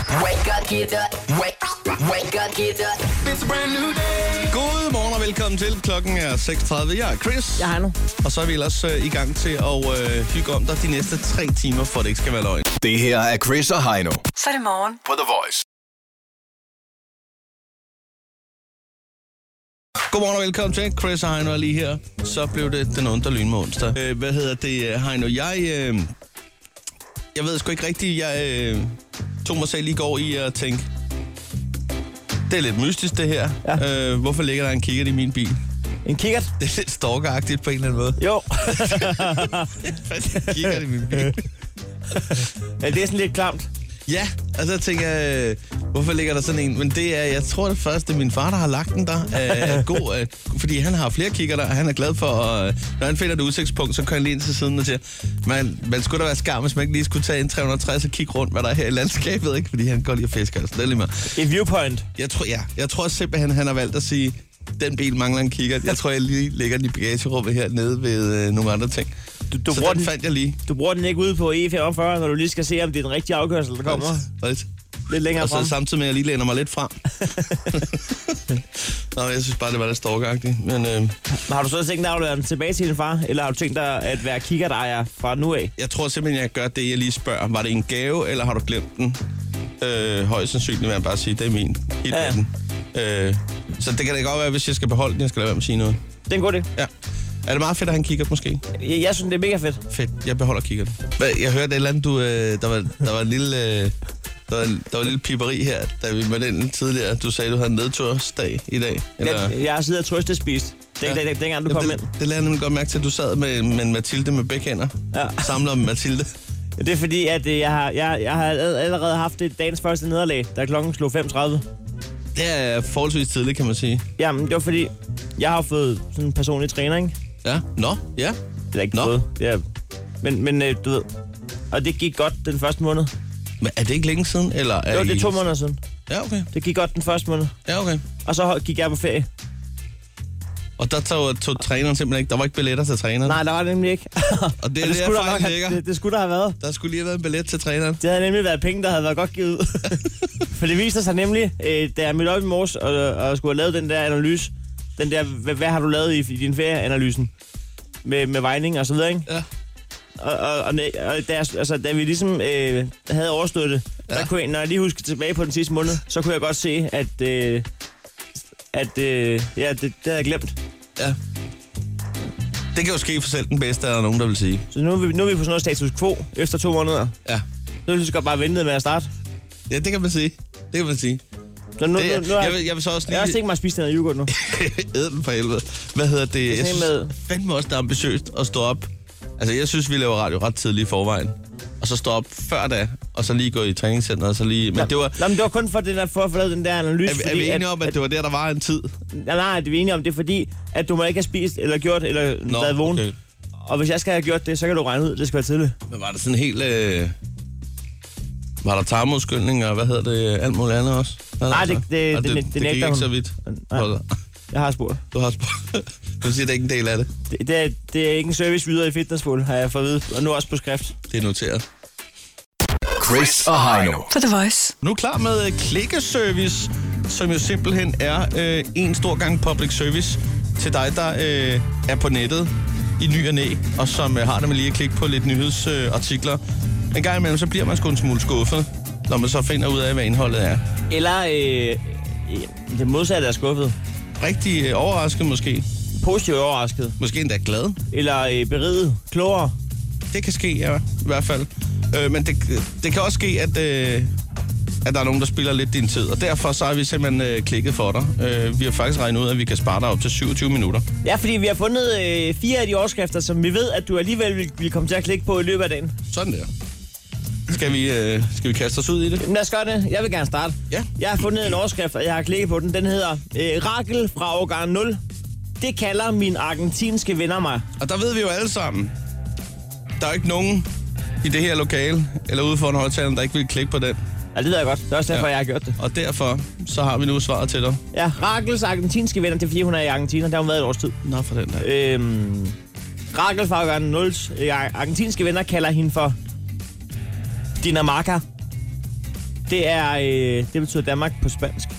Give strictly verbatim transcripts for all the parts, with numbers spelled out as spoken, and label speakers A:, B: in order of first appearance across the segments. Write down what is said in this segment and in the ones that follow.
A: Wake up, get up. Wake, wake up, get up. It's a brand new day.
B: God morgen og velkommen til. Klokken er seks tredive. Jeg er Chris.
C: Jeg er nu.
B: Og så er vi ellers øh, i gang til at øh, hygge om dig de næste tre timer, for det ikke skal være løgn.
D: Det her er Chris og Heino
E: Så er det morgen
D: på The Voice.
B: Godmorgen og velkommen til. Chris og Heino er lige her. Så blev det den onde lynmål onsdag. Øh, hvad hedder det, Heino? Jeg, øh, jeg ved sgu ikke rigtigt. Jeg øh, tog mig selv lige i går i at tænke, det er lidt mystisk det her. Ja. Øh, hvorfor ligger der en kikkert i min bil?
C: En kikkert?
B: Det er lidt stalkeragtigt på en eller anden måde.
C: Jo.
B: Hvad kikkert i min bil?
C: Ja, det er sådan lidt klamt.
B: Ja, altså jeg tænker, øh, hvorfor ligger der sådan en? Men det er, jeg tror det første, min far, der har lagt den der, er god, øh, fordi han har flere kikkerter, og han er glad for, at, når han finder et udsigtspunkt, så kører han lige ind til siden og siger, man, man skulle da være skam, hvis man ikke lige skulle tage en tre hundrede og tres og kigge rundt, hvad der er her i landskabet, ikke? Fordi han går lige og fisker, altså det er lige meget.
C: Et viewpoint.
B: Jeg tror, ja, jeg tror simpelthen, han har valgt at sige, den bil mangler en kikkert. Jeg tror, jeg lige lægger den i bagagerummet her nede ved øh, nogle andre ting. Du, du så den, den fandt jeg lige.
C: Du bruger den ikke ude på E femogfyrre, når du lige skal se, om det er den rigtige afkørsel, der kommer.
B: Right.
C: Lidt længere
B: og så
C: frem.
B: samtidig med, at jeg lige læner mig lidt frem. Nå, jeg synes bare, det var lidt stalkeragtigt. Men, øh...
C: har du så tænkt dig at aflevere den tilbage til din far, eller har du tænkt dig at være kikkertejer fra nu af?
B: Jeg tror simpelthen, jeg gør det, jeg lige spørger. Var det en gave, eller har du glemt den? Øh, højst sandsynligt vil jeg bare sige, det er min. Helt ja. Den. Øh, så det kan da godt være, hvis jeg skal beholde den, jeg skal lade være med at sige noget.
C: Det er en god idé.
B: Ja. Er det meget fedt at have en kikkert, måske?
C: Jeg, jeg synes, det er mega fedt.
B: Fedt. Jeg beholder kikkerten. Jeg hørte et eller andet, du, øh, der, var, der var en lille... Øh, Der var, der var en lille piberi her, da vi mødte ind tidligere. Du sagde, du havde en nedtursdag i dag. Eller?
C: Jeg, jeg har siddet og trøstespist, den, ja. den, dengang du kom
B: det,
C: ind.
B: Det lader jeg nemlig godt mærke til, at du sad med, med Mathilde med begge hænder. Ja. Samler med Mathilde.
C: Det er fordi, at jeg har, jeg, jeg har allerede haft et dagens første nederlag, da klokken slog fem tredive.
B: Det er forholdsvis tidligt, kan man sige.
C: Jamen, det var fordi, jeg har fået sådan en personlig træner, ikke?
B: Ja, nå, ja.
C: Det er ikke
B: nå.
C: fået. Det er, men, men øh, du ved, og det gik godt den første måned.
B: Men er det ikke længe siden? Eller er
C: jo, det er
B: I...
C: to måneder siden.
B: Ja, okay.
C: Det gik godt den første måned.
B: Ja, okay.
C: Og så gik jeg på ferie.
B: Og der tog, tog træneren simpelthen ikke. Der var ikke billetter til træneren.
C: Nej, der var det nemlig ikke.
B: og det er og det, det der fejl ligger.
C: Det, det skulle der have været.
B: Der skulle lige have været en billet til træneren.
C: Det havde nemlig været penge, der havde været godt givet ud. For det viste sig nemlig, øh, da jeg mødte op i morges og, og skulle have lavet den der analyse. Den der, hvad, hvad har du lavet i, i din ferieanalysen? Med, med vejning og så videre, ikke?
B: Ja.
C: Og, og, og, og da, altså, da vi ligesom øh, havde overstået det, ja. Der kunne jeg, når jeg lige husker tilbage på den sidste måned, så kunne jeg godt se, at, øh, at øh, ja, det, det havde jeg glemt.
B: Ja. Det kan jo ske for selv den bedste, er der nogen, der vil sige.
C: Så nu er vi, nu er vi på sådan noget status quo efter to måneder.
B: Ja.
C: Nu er vi så bare vente med at starte.
B: Ja, det kan man sige. Det kan man sige.
C: Så nu,
B: det,
C: nu, nu er,
B: jeg, vil, jeg vil så også lige...
C: Jeg har også tænkt mig at spise den her yoghurt nu.
B: Æd den for helvede. Hvad hedder det? Jeg synes med... fandme også, det er ambitiøst at stå op. Altså, jeg synes, vi laver radio ret tidligt i forvejen. Og så stå op før da, og så lige gå i træningscenteret, og så lige... Men
C: ja,
B: det var...
C: Nå, men det var kun for, det der, for at få lavet den der analyse.
B: Er, fordi, er vi enige om, at, at det var der, der var en tid?
C: Nej, nej, det er vi enige om. Det er fordi, at du må ikke have spist, eller gjort, eller Nå, været vågen. Okay. Og hvis jeg skal have gjort det, så kan du regne ud, det skal være tidligt. Men
B: var det sådan helt... Øh... Var der tarmudskylning, og hvad hedder det? Alt muligt andet også?
C: Hvad nej, det, det, det, det, det, det,
B: det gik ikke så vidt.
C: Nej, jeg har spurgt.
B: Du har spurgt. Du siger, det er ikke en del af det.
C: Det, det, er, det er ikke en service videre i Fitnesspool, har jeg fået at vide. Og nu også på skrift.
B: Det er noteret.
D: Chris og Heino
E: på The Voice.
B: Nu er klar med klikkeservice, som jo simpelthen er øh, en stor gang public service til dig, der øh, er på nettet i ny og næ, og som øh, har det med lige at klikke på lidt nyhedsartikler. Øh, en gang imellem, så bliver man sgu en smule skuffet, når man så finder ud af, hvad indholdet er.
C: Eller øh, det modsatte er skuffet.
B: Rigtig øh, overrasket måske.
C: Positivt overrasket.
B: Måske endda glad.
C: Eller øh, beriget. Klogere.
B: Det kan ske, ja, i hvert fald. Øh, men det, det kan også ske, at, øh, at der er nogen, der spiller lidt din tid. Og derfor så har vi simpelthen øh, klikket for dig. Øh, vi har faktisk regnet ud, at vi kan spare dig op til syvogtyve minutter.
C: Ja, fordi vi har fundet øh, fire af de overskrifter, som vi ved, at du alligevel vil, vil komme til at klikke på i løbet af dagen.
B: Sådan der. Skal vi, øh, skal vi kaste os ud i det?
C: Lad os gøre det. Jeg vil gerne starte.
B: Ja.
C: Jeg har fundet en overskrift, og jeg har klikket på den. Den hedder øh, Rakel fra årgang nul. Det kalder mine argentinske venner mig.
B: Og der ved vi jo alle sammen, der er ikke nogen i det her lokale, eller ude for en højtaler, der ikke vil klikke på den.
C: Ja, det ved jeg godt. Det er også derfor, ja. jeg har gjort det.
B: Og derfor, så har vi nu svaret til dig.
C: Ja, Rakels argentinske venner, det er fordi hun er i Argentina. Der har hun været et års tid.
B: Nå, for den der.
C: Øhm, Rakel fra årgang nuls argentinske venner kalder hende for Dinamarca. Det er, øh, det betyder Danmark på spansk.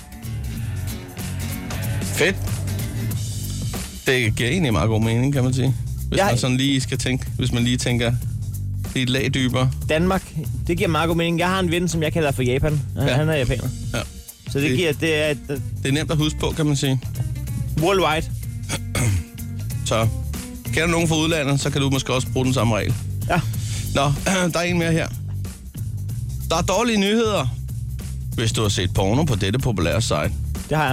B: Fedt. Det giver egentlig meget god mening, kan man sige. Hvis
C: Jeg-
B: man sådan lige skal tænke, hvis man lige tænker i et lag dybere.
C: Danmark, det giver meget god mening. Jeg har en ven, som jeg kalder for Japan. Han,
B: Ja.
C: ja. han er japaner.
B: Ja.
C: Så det,
B: Det-
C: giver, det er et, uh,
B: Det er nemt at huske på, kan man sige.
C: worldwide.
B: Så kender du nogen fra udlandet, så kan du måske også bruge den samme regel.
C: Ja.
B: Nå, der er en mere her. Der er dårlige nyheder, hvis du har set porno på dette populære site.
C: Det har jeg.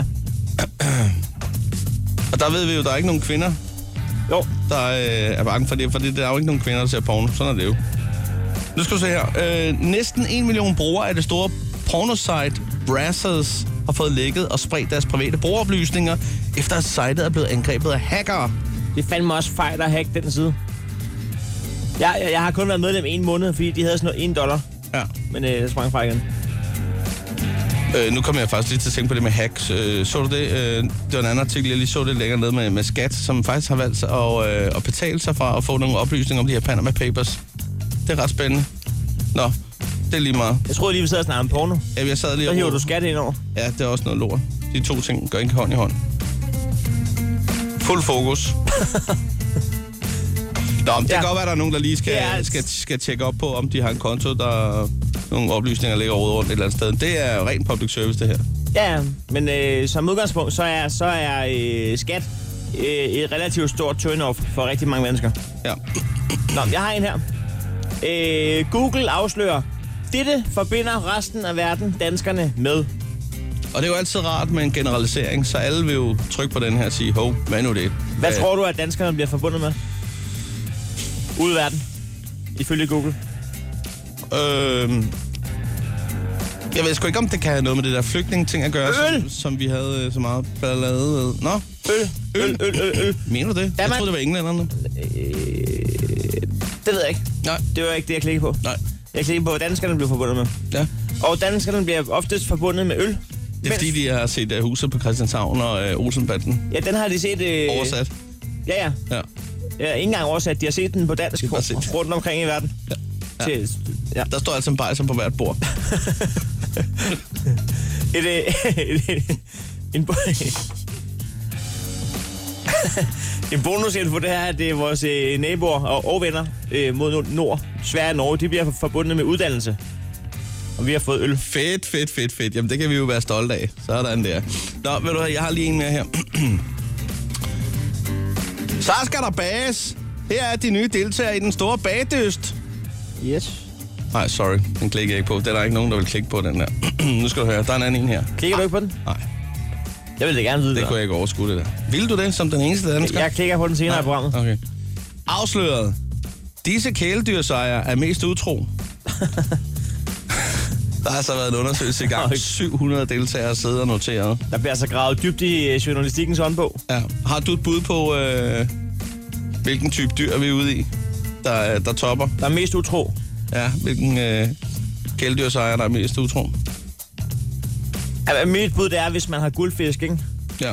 B: Og der ved vi jo, der er ikke nogen kvinder,
C: Jo.
B: der øh, er bange for det, for det, der er jo ikke nogen kvinder, der ser porno. Sådan er det jo. Nu skal du se her. Øh, næsten en million brugere af det store pornosite Brazzers har fået lækket og spredt deres private brugeroplysninger, efter at sitet er blevet angrebet af hackere.
C: Det er fandme også fejl at hacke den side. Jeg, jeg, jeg har kun været medlem en måned, fordi de havde sådan noget en dollar.
B: Ja.
C: Men øh, det sprang fra igen.
B: Øh, nu kommer jeg faktisk lige til at tænke på det med hacks. Øh, så du det? Øh, det var en anden artikel, jeg lige så det længere nede med, med Skat, som faktisk har valgt at, øh, at betale sig fra at få nogle oplysninger om de her Panama Papers. Det er ret spændende. Nå, det er lige meget.
C: Jeg troede lige, vi sad og snakkede om porno.
B: Ja, jeg sad lige
C: Så
B: og
C: hiver du
B: rådede.
C: skat ind over.
B: Ja, det er også noget lort. De to ting går ikke hånd i hånd. Fuld fokus. Nå, men det
C: Ja.
B: kan godt være, at der er nogen, der lige skal,
C: Det er-
B: skal, skal tjekke op på, om de har en konto, der nogle oplysninger ligger rundt et eller andet sted. Det er jo rent public service, det her.
C: Ja, men øh, som udgangspunkt, så er, så er øh, skat øh, et relativt stort turn-off for rigtig mange mennesker.
B: Ja.
C: Nå, jeg har en her. Øh, Google afslører, dette forbinder resten af verden danskerne med.
B: Og det er jo altid rart med en generalisering, så alle vil jo trykke på den her og sige, hov, hvad er nu det?
C: Hvad øh. tror du, at danskerne bliver forbundet med? Ude i verden. Ifølge Google.
B: Øhm, jeg ved sgu ikke, om det kan have noget med det der flygtningeting at gøre,
C: Øl!
B: som, som vi havde øh, så meget ballade. Nå,
C: Øl, øl, øl, øl, øl.
B: mener du det? Jeg
C: man-
B: troede, det var englænderne.
C: Det ved jeg ikke.
B: Nej,
C: Det var ikke det, jeg klikkede på.
B: nej.
C: Jeg klikkede på, at danskerne bliver forbundet med.
B: Ja.
C: Og danskerne bliver oftest forbundet med øl.
B: Det er fordi, de har set uh, huset på Christianshavn og uh, Olsenbanden
C: Ja, den har de set... Øh,
B: oversat.
C: Ja, ja.
B: Ja.
C: Ja, ikke engang oversat. De har set den på dansk
B: De har bare set.
C: rundt omkring i verden.
B: Ja. Ja.
C: Til, ja.
B: Der står altså en bajser på hvert bord.
C: Et, øh, et, et, en, bo- en bonusinfo, det er, at det er vores øh, naboer og, og venner øh, mod nord, Sverige og Norge, de bliver forbundet med uddannelse. Og vi har fået øl.
B: Fedt, fedt, fedt, fedt. Jamen, det kan vi jo være stolte af. Sådan der. Nå, ved du hvad, jeg har lige en mere her. Så skal der bages. Her er de nye deltagere i den store bagdyst.
C: Yes.
B: Nej, sorry. Den klikker jeg ikke på. Det er der ikke nogen, der vil klikke på, den der. Nu skal du høre. Der er en anden en her.
C: Klikker du ikke på den?
B: Nej,
C: Jeg vil da gerne vide
B: det
C: det.
B: kunne jeg ikke overskue, det der. Vil du det, som den eneste dansker?
C: Jeg klikker på den senere i programmet.
B: Okay. Afsløret. Disse kæledyrsejere er mest utro. Der har så været en undersøgelse i gang. syv hundrede deltagere sidder og noteret.
C: Der bliver altså gravet dybt i øh, journalistikkens håndbog.
B: Ja. Har du et bud på, øh, hvilken type dyr vi er ude i, der, der topper?
C: Der er mest utro.
B: Ja, hvilken øh, kæledyrsejer, der er mest utro?
C: Altså, mit bud det er, hvis man har guldfisk, ikke?
B: Ja.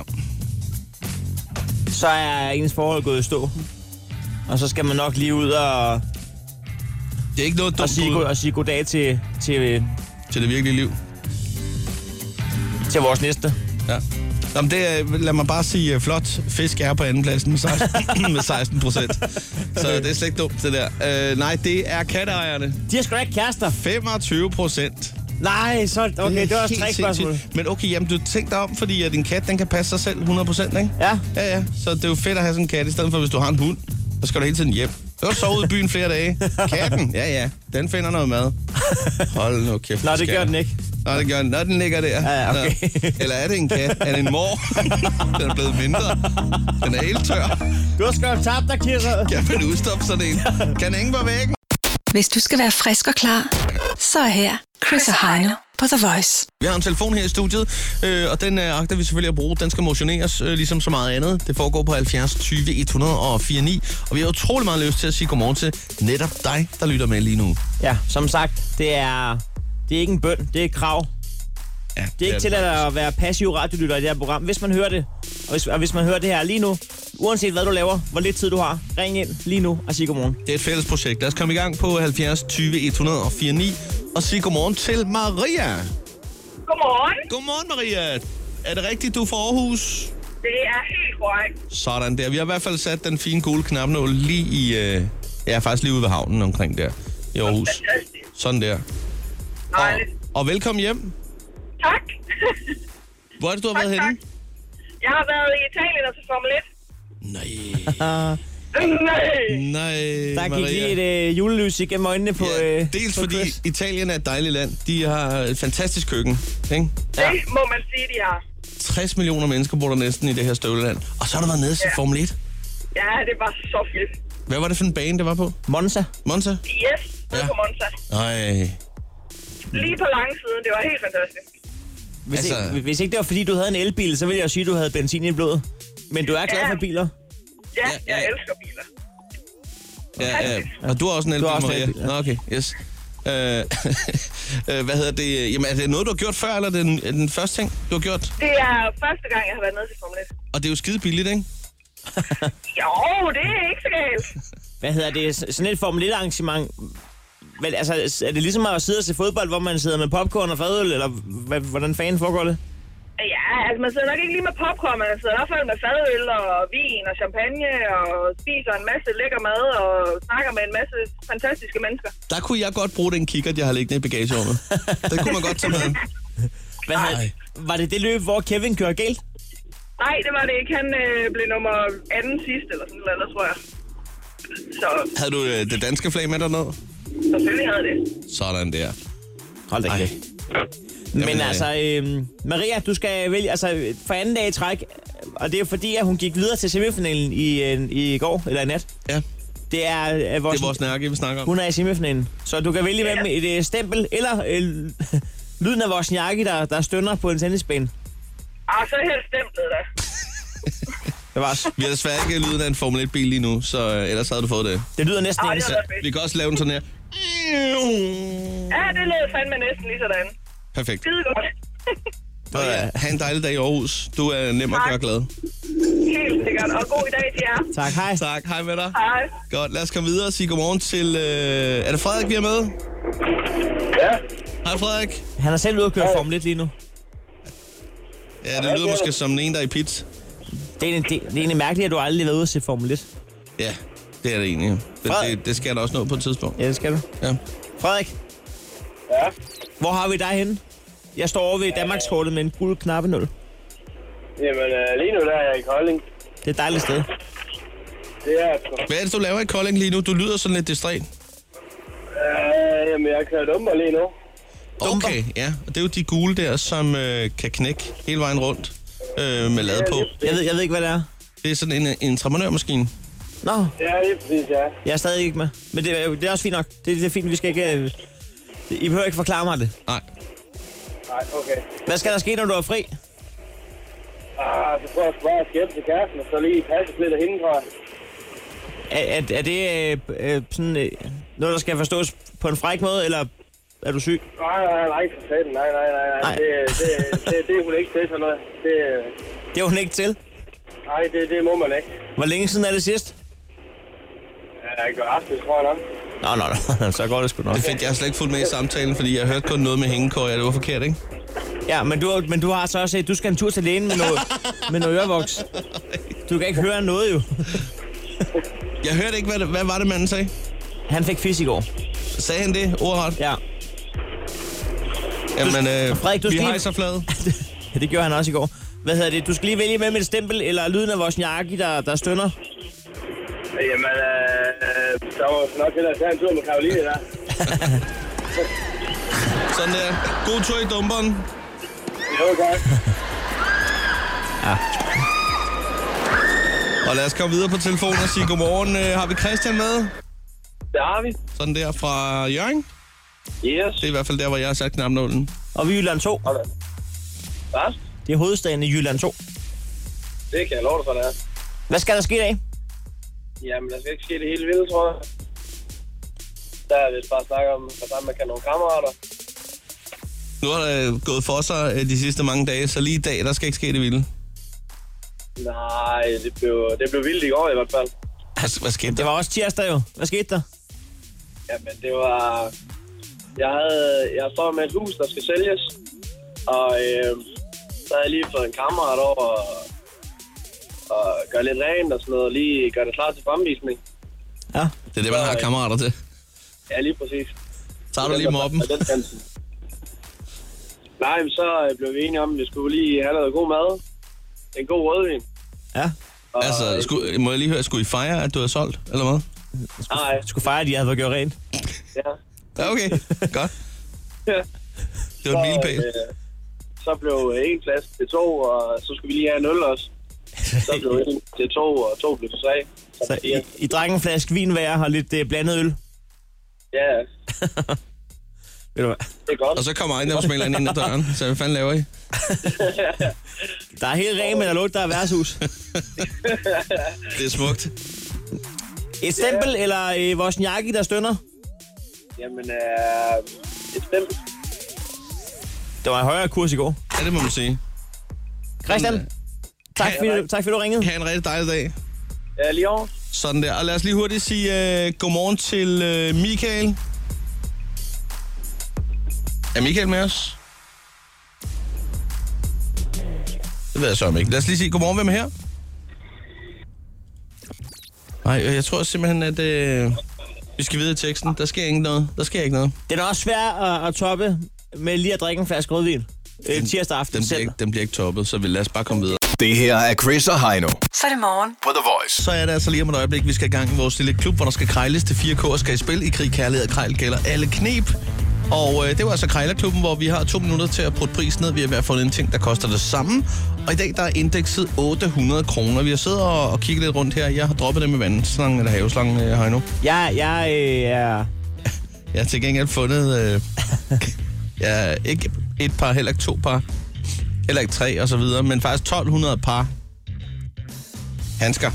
C: Så er ens forhold gået i stå. Og så skal man nok lige ud og,
B: Det er ikke noget
C: og,
B: dumt
C: sige,
B: bud
C: go- og sige goddag til, til,
B: til det virkelige liv.
C: til vores næste.
B: Ja. Nå, men det er, lad mig bare sige, uh, flot. Fisk er på anden pladsen med seksten, med seksten procent. Så det er slet ikke dumt, det der. Uh, nej, det er katteejerne.
C: De har sgu da ikke kærester.
B: femogtyve procent.
C: Nej, så okay, det, det var også tre spørgsmål.
B: Men okay, jamen du tænk dig om, fordi at din kat, den kan passe sig selv hundrede procent, ikke?
C: Ja.
B: Ja, ja. Så det er jo fedt at have sådan en kat, i stedet for, hvis du har en hund, så skal du hele tiden hjem. Du har sovet i byen flere dage. Katten, ja, ja. Den finder noget mad. Hold nu kæft.
C: Nå, det
B: skal
C: gør
B: jeg.
C: den ikke.
B: Nå, det gør den. Nå, den ligger der.
C: Ja, ja, okay.
B: Nå. Eller er det en kat? Er det en mor? Den er blevet mindre. Den er helt tør.
C: Du har sgu da tabt dig, Kirsten.
B: Kan man udstoppe sådan en? Kan den hænge på væggen?
E: Hvis du skal være frisk og klar, så er her Chris og Heino på The Voice.
B: Vi har en telefon her i studiet, øh, og den øh, agter vi selvfølgelig at bruge. Den skal motioneres, øh, ligesom så meget andet. Det foregår på halvfjerds tyve et hundrede og fire ni, og vi har utrolig meget lyst til at sige godmorgen til netop dig, der lytter med lige nu.
C: Ja, som sagt, det er, det er ikke en bøn, det er et krav.
B: Ja,
C: Det er ikke til at være passiv radiolytter i det her program. Hvis man hører det, og hvis, og hvis man hører det her lige nu, uanset hvad du laver, hvor lidt tid du har, ring ind lige nu og sig godmorgen.
B: Det er et fælles projekt. Lad os komme i gang på halvfjerds tyve et hundrede og fire ni. og sige godmorgen til Maria.
F: Godmorgen.
B: Godmorgen, Maria. Er det rigtigt, du er fra Aarhus?
F: Det er helt korrekt.
B: Sådan der. Vi har i hvert fald sat den fine gule knapnål lige i... Øh, ja, faktisk lige ude ved havnen omkring der i Aarhus.
F: Fantastisk.
B: Sådan der.
F: Dejligt.
B: Og, og velkommen hjem.
F: Tak.
B: Hvor er det, du har
F: tak,
B: været
F: tak.
B: henne?
F: Jeg har været i Italien og til Formel et.
B: Nej.
F: Nej.
B: Nej,
C: Der gik
B: Maria.
C: lige et øh, julelys igennem øjnene på...
B: Ja,
C: øh,
B: dels
C: på
B: fordi
C: Chris.
B: Italien er et dejligt land. De har et fantastisk køkken. Ikke?
C: Ja.
F: Det må man sige, de har.
B: tres millioner mennesker bor der næsten i det her støvleland. Og så har du været nede til
F: Ja.
B: Formel et.
F: Ja, det var så fedt.
B: Hvad var det for en bane, det var på?
C: Monza.
B: Monza?
F: Yes, nede
B: Ja.
F: på Monza.
B: Nej.
F: Lige på langsiden. Det var helt fantastisk.
C: Hvis,
B: Altså-
C: altså... ikke, hvis ikke det var, fordi du havde en elbil, så ville jeg jo sige, at du havde benzin i blodet. Men du er glad
F: Ja.
C: for biler.
F: Ja,
B: Ja,
F: jeg
B: ja.
F: elsker biler.
B: Ja, ja. Og du har også en elbil,
C: Du har også en
B: Maria?
C: elbil, ja.
B: Nå, okay. Yes. Øh, øh, hvad hedder det? Jamen, er det noget, du har gjort før, eller er det den, er den første ting, du har gjort?
F: Det er første gang, jeg har været nede til Formel et.
B: Og det er jo skide billigt, ikke?
F: Jo, det er ikke så galt.
C: Hvad hedder det? S- Sådan et Formel et arrangement. Vel, altså, er det ligesom at sidde og se fodbold, hvor man sidder med popcorn og fadøl, eller hvad, hvordan fanden foregår det?
F: Ja, altså man sidder nok ikke lige med popcorn, men man sidder i hvert fald med fadøl og vin og champagne og spiser en masse lækker mad og snakker med en masse fantastiske mennesker.
B: Der kunne jeg godt bruge den kikkert, jeg har liggende i bagagerummet. Det kunne man godt tage med.
C: Hvad havde,
B: Ej.
C: var det det løb, hvor Kevin kører galt?
F: Nej, det var det ikke. Han øh, blev nummer anden sidst eller sådan noget, tror jeg. Så
B: Havde du øh, det danske flag med dernede?
F: selvfølgelig havde det.
B: Sådan der.
C: Hold da
B: Ej.
C: kæft. Men
B: Jamen, øh,
C: altså, øh, Maria, du skal vælge, altså for anden dag i træk, og det er fordi, at hun gik videre til semifinalen i, øh, i går, eller i nat.
B: Ja,
C: Det er, øh, vores,
B: det er vores nærke, vi snakker om.
C: hun er i semifinalen, så du kan vælge mellem et øh, stempel, eller øh, lyden af vores jakke, der, der stønner på en tennisbane.
F: Ah, så helt stemplet da.
C: Det var også.
B: Vi har desværre ikke lyden af en Formel et-bil lige nu, så øh, ellers havde du fået det.
C: Det lyder næsten
F: Ah,
C: ens.
F: det var fedt.
B: Vi kan også lave den sådan her.
F: Ja, det lød fandme næsten lige sådan.
B: Perfekt.
F: Skide godt.
B: Ja. Ha' en dejlig dag i Aarhus. Du er nem at
F: Tak.
B: gøre glad.
F: Helt sikkert. Og god dag til jer.
C: Tak, hej.
B: Tak, hej med dig.
F: Hej.
B: Godt, lad os komme videre og sige godmorgen til... Øh... Er det Frederik, vi er med?
G: Ja,
B: Hej Frederik.
C: Han er selv ude at køre Formel et lige nu.
B: Ja, det lyder måske som en, der er i pit.
C: Det er, egentlig- det, det er egentlig mærkeligt, at du aldrig har været ude at se Formel et.
B: Ja, det er det egentlig. Det,
C: Frederik.
B: det, det skal der også nå på et tidspunkt.
C: Ja, det skal du.
B: Ja.
C: Frederik,
G: ja.
C: hvor har vi dig henne? Jeg står over ved Danmarkskortet med en gul knappenål.
G: Jamen, øh, lige nu der er jeg i Kolding.
C: Det er et dejligt sted.
G: Det er sgu.
B: Hvad er det, du laver i Kolding lige nu? Du lyder sådan lidt distræt.
G: Øh, jamen, jeg kører dumper lige nu.
C: Dumper?
B: Okay, ja. Og det er jo de gule der, som øh, kan knække hele vejen rundt øh, med lade på.
C: Jeg ved, jeg ved ikke, hvad det er.
B: Det er sådan en, en entreprenørmaskine.
C: Nå,
G: Ja, lige præcis, ja.
C: jeg er stadig ikke med. Men det, er- det er også fint nok. Det, det er fint, vi skal ikke... øh, I behøver ikke forklare mig det.
B: Nej.
G: Nej, okay.
C: Hvad skal der ske, når du er fri?
G: Ah, så tror jeg sgu bare at skæppe til kæresten, og så lige passe lidt af hende, tror jeg.
C: Er, er, er det øh, øh, sådan øh, noget, der skal forstås på en fræk måde, eller er du syg?
G: Nej, nej, nej, for satan. Nej, nej, nej,
C: Nej.
G: nej. Det, det, det, det er hun ikke til sådan noget. Det,
C: Det er hun ikke til.
G: nej, det, det må man ikke.
C: Hvor længe siden er det sidst?
G: Ja, jeg gør aften, tror jeg nok.
C: Nå, nå, nå. Så går det sgu nok.
B: Det er fedt, jeg har slet ikke fulgt med i samtalen, fordi jeg hørte kun noget med hængekøj, og det var forkert, ikke?
C: Ja, men du, men du har så også set, du skal en tur til lægen med noget, med noget ørevoks. Du kan ikke høre noget jo.
B: Jeg hørte ikke, hvad, det, hvad var det, manden sagde?
C: Han fik fis i går.
B: Sagde han det? Ordret?
C: Ja.
B: Jamen, øh,
C: Frederik, du
B: vi
C: skal
B: har
C: lige-
B: så flade.
C: Ja, det gjorde han også i går. Hvad hedder det? Du skal lige vælge med med et stempel, eller lyden af vores jakke, der, der stønner.
G: Jamen, øh, øh, så må jeg nok hellere tage en tur med Karoline der.
B: Sådan der. God tur i dumperen.
G: Jo, tak.
B: Og lad os komme videre på telefonen og sige godmorgen. Øh, har vi Christian med?
G: Det har vi.
B: Sådan der fra Hjørring.
G: Yes.
B: Det er i hvert fald der, hvor jeg har sat knapnålen.
C: Og vi er Jylland to.
G: Hvad?
C: Det er hovedstaden i Jylland to.
G: Det kan jeg love dig for, det er.
C: Hvad skal der ske i dag?
G: Jamen, der skal ikke ske det hele vildt, tror jeg. Der er vist bare snakke om, at man kan nogle kammerater.
B: Nu har det gået for sig øh, de sidste mange dage, så lige i dag, der skal ikke ske det vilde.
G: Nej, det blev, det blev vildt i går i hvert fald.
B: Altså, hvad skete
C: Det
B: der?
C: var også tirsdag jo. Hvad skete der?
G: Jamen, det var... Jeg havde, jeg står med et hus, der skal sælges. Og øh, så havde jeg lige fået en kammerat over og, og gøre lidt rent og sådan noget. Og lige gøre det klar til fremvisning.
C: Ja.
B: Det er det, man har kammerater til.
G: Ja, lige præcis.
B: Tager du lige moppen?
G: Nej, men så blev vi enige om, at vi skulle lige have noget god mad. En god rødvin.
C: Ja.
G: Og,
B: Altså, skulle, må jeg lige høre, skulle I fejre, at du havde solgt, eller hvad?
G: Nej.
C: Du skulle fejre, at de havde gjort rent.
G: Ja.
B: Ja, okay. Godt.
G: Ja.
B: Det var en milepæl.
G: Så, øh, så blev en flaske til to, og så skulle vi lige have en øl også. Så blev en til to, og to blev til tre. Så,
C: Så I, I drak en flaske vin hver og lidt uh, blandet øl.
G: Ja,
C: Ved du hvad?
G: det er godt.
B: Og så kommer ejendomsmægleren ind ad døren, så hvad fanden laver I?
C: Der er helt rent, men der lugter af værtshus.
B: Det er smukt.
C: Et stempel eller øh, vores jakke, der stønner?
G: Jamen, øh, et stempel.
C: Det var en højere kurs i går.
B: Ja, det må man sige.
C: Christian, tak fordi, du, tak fordi du ringede.
B: Ha' en rigtig dejlig dag.
G: Ja, lige over.
B: Sådan der. Og lad os lige hurtigt sige uh, godmorgen til uh, Michael. Er Michael med os? Det ved jeg så ikke. Lad os lige sige godmorgen. Hvem er her? Nej, jeg tror simpelthen, at uh, vi skal videre i teksten. Der sker ikke noget. Der sker ikke noget.
C: Det er også svært at, at toppe med lige at drikke en flaske rødvin. Øh, tirsdag aften.
B: Den bliver, ikke, den bliver ikke toppet, så vi lad os bare komme videre.
D: Det her er Chris og Heino
E: Så er det morgen.
D: på The Voice.
B: Så er det altså lige om et øjeblik, vi skal i gang i vores lille klub, hvor der skal krejles til fire K og skal i spil i krig, kærlighed og krejl gælder alle knep. Og øh, det var altså Krejlerklubben, hvor vi har to minutter til at putte prisen ned. Vi har i hvert fald en ting, der koster det samme. Og i dag der er indekset otte hundrede kroner. Vi har siddet og, og kigget lidt rundt her. Jeg har droppet det med vandslangen eller haveslangen, øh, Heino.
C: Jeg, jeg øh, er...
B: Jeg har til gengæld fundet... Øh, ja, ikke et par, heller ikke to par. Heller ikke tre og så videre. Men faktisk tolv hundrede par handsker.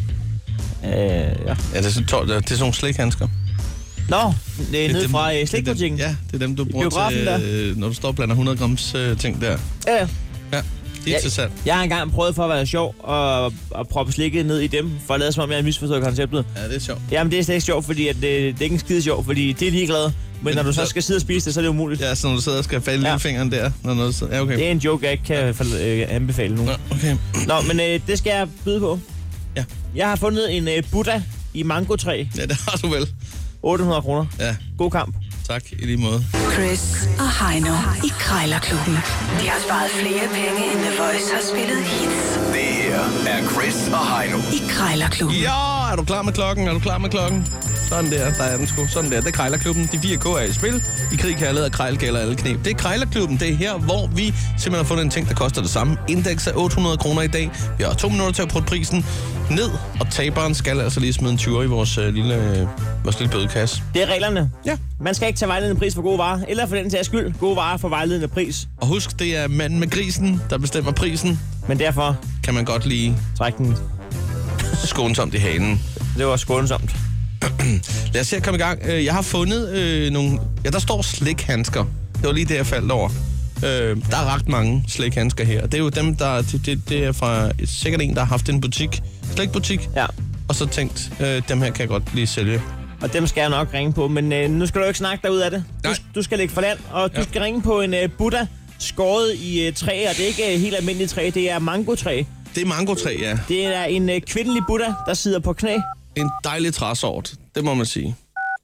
C: Øh, ja.
B: Ja, det er, sådan, tolv, det er sådan nogle slikhandsker.
C: Nå, det er nede
B: dem-
C: fra øh,
B: det er
C: slikbutikken.
B: dem- Ja, det er dem, du bruger
C: Biografen
B: til,
C: der.
B: øh, når du står og blander hundrede grams øh, ting der.
C: Ja, ja.
B: Ja, de er
C: Ja.
B: til salg.
C: Jeg har engang prøvet for at være sjov og, og proppe slikket ned i dem, for at lade som om, jeg har misforstået konceptet.
B: Ja, det er sjovt.
C: Jamen, det er slet ikke sjovt, fordi at det, det er ikke en skide sjov, fordi det er ligeglade. Men, men når du så skal sidde og spise det, så er det umuligt.
B: Ja, så når du sidder og skal falde
C: Ja.
B: ja. lillefingeren der. Når noget sidder. Ja, okay.
C: Det er en joke, jeg ikke kan øh, anbefale nu.
B: Nå, okay.
C: Nå, men øh, det skal jeg byde på.
B: Ja.
C: Jeg har fundet en øh, Buddha i mangotræ.
B: Ja, det har du vel.
C: otte hundrede kroner.
B: Ja,
C: God kamp.
B: tak i lige måde.
E: Chris og Heino i Krejlerklubben. De har sparet flere penge, end The Voice har spillet hits
D: Det her er Chris og Heino.
E: i Krejlerklubben.
B: Ja, er du klar med klokken? Er du klar med klokken? Sådan der, der er den sgu. Sådan der, det er Krejlerklubben. De fire K er i spil. I krig, kærlighed og krejl gælder alle knep. Det er Krejlerklubben. Det er her, hvor vi simpelthen har fundet en ting, der koster det samme. Indeks er otte hundrede kroner i dag. Vi har to minutter til at putte prisen ned. Og taberen skal altså lige smide en tyver i vores øh, lille, øh, vores lille bødekasse.
C: Det er reglerne.
B: Ja.
C: Man skal ikke tage vejledende pris for gode varer, eller for den sags skyld, gode varer for vejledende pris.
B: Og husk, det er manden med grisen, der bestemmer prisen.
C: Men derfor
B: Kan man godt lige
C: træk den.
B: skånsomt i hanen.
C: Det var skånsomt.
B: Lad os se at komme i gang. Øh, Jeg har fundet øh, nogle... Ja, der står slikhandsker. Det var lige det, jeg faldt over. Øh, der er ret mange slikhandsker her. Det er jo dem, der... Det, det, det er fra sikkert en, der har haft en butik. Slikbutik.
C: Ja.
B: Og så tænkt, øh, dem her kan jeg godt lige sælge.
C: Og dem skal jeg nok ringe på, men øh, nu skal du ikke snakke dig ud af det. Du,
B: Nej.
C: du skal lægge for land, og du
B: Ja.
C: skal ringe på en øh, Buddha skåret i øh, træ, og det er ikke øh, helt almindeligt træ, det er mangotræ.
B: Det er mangotræ, ja.
C: Det er en øh, kvindelig Buddha, der sidder på knæ.
B: En dejlig træsort. Det må man sige.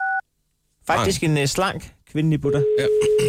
C: Faktisk en øh, slank kvindelig Buddha.
B: Ja.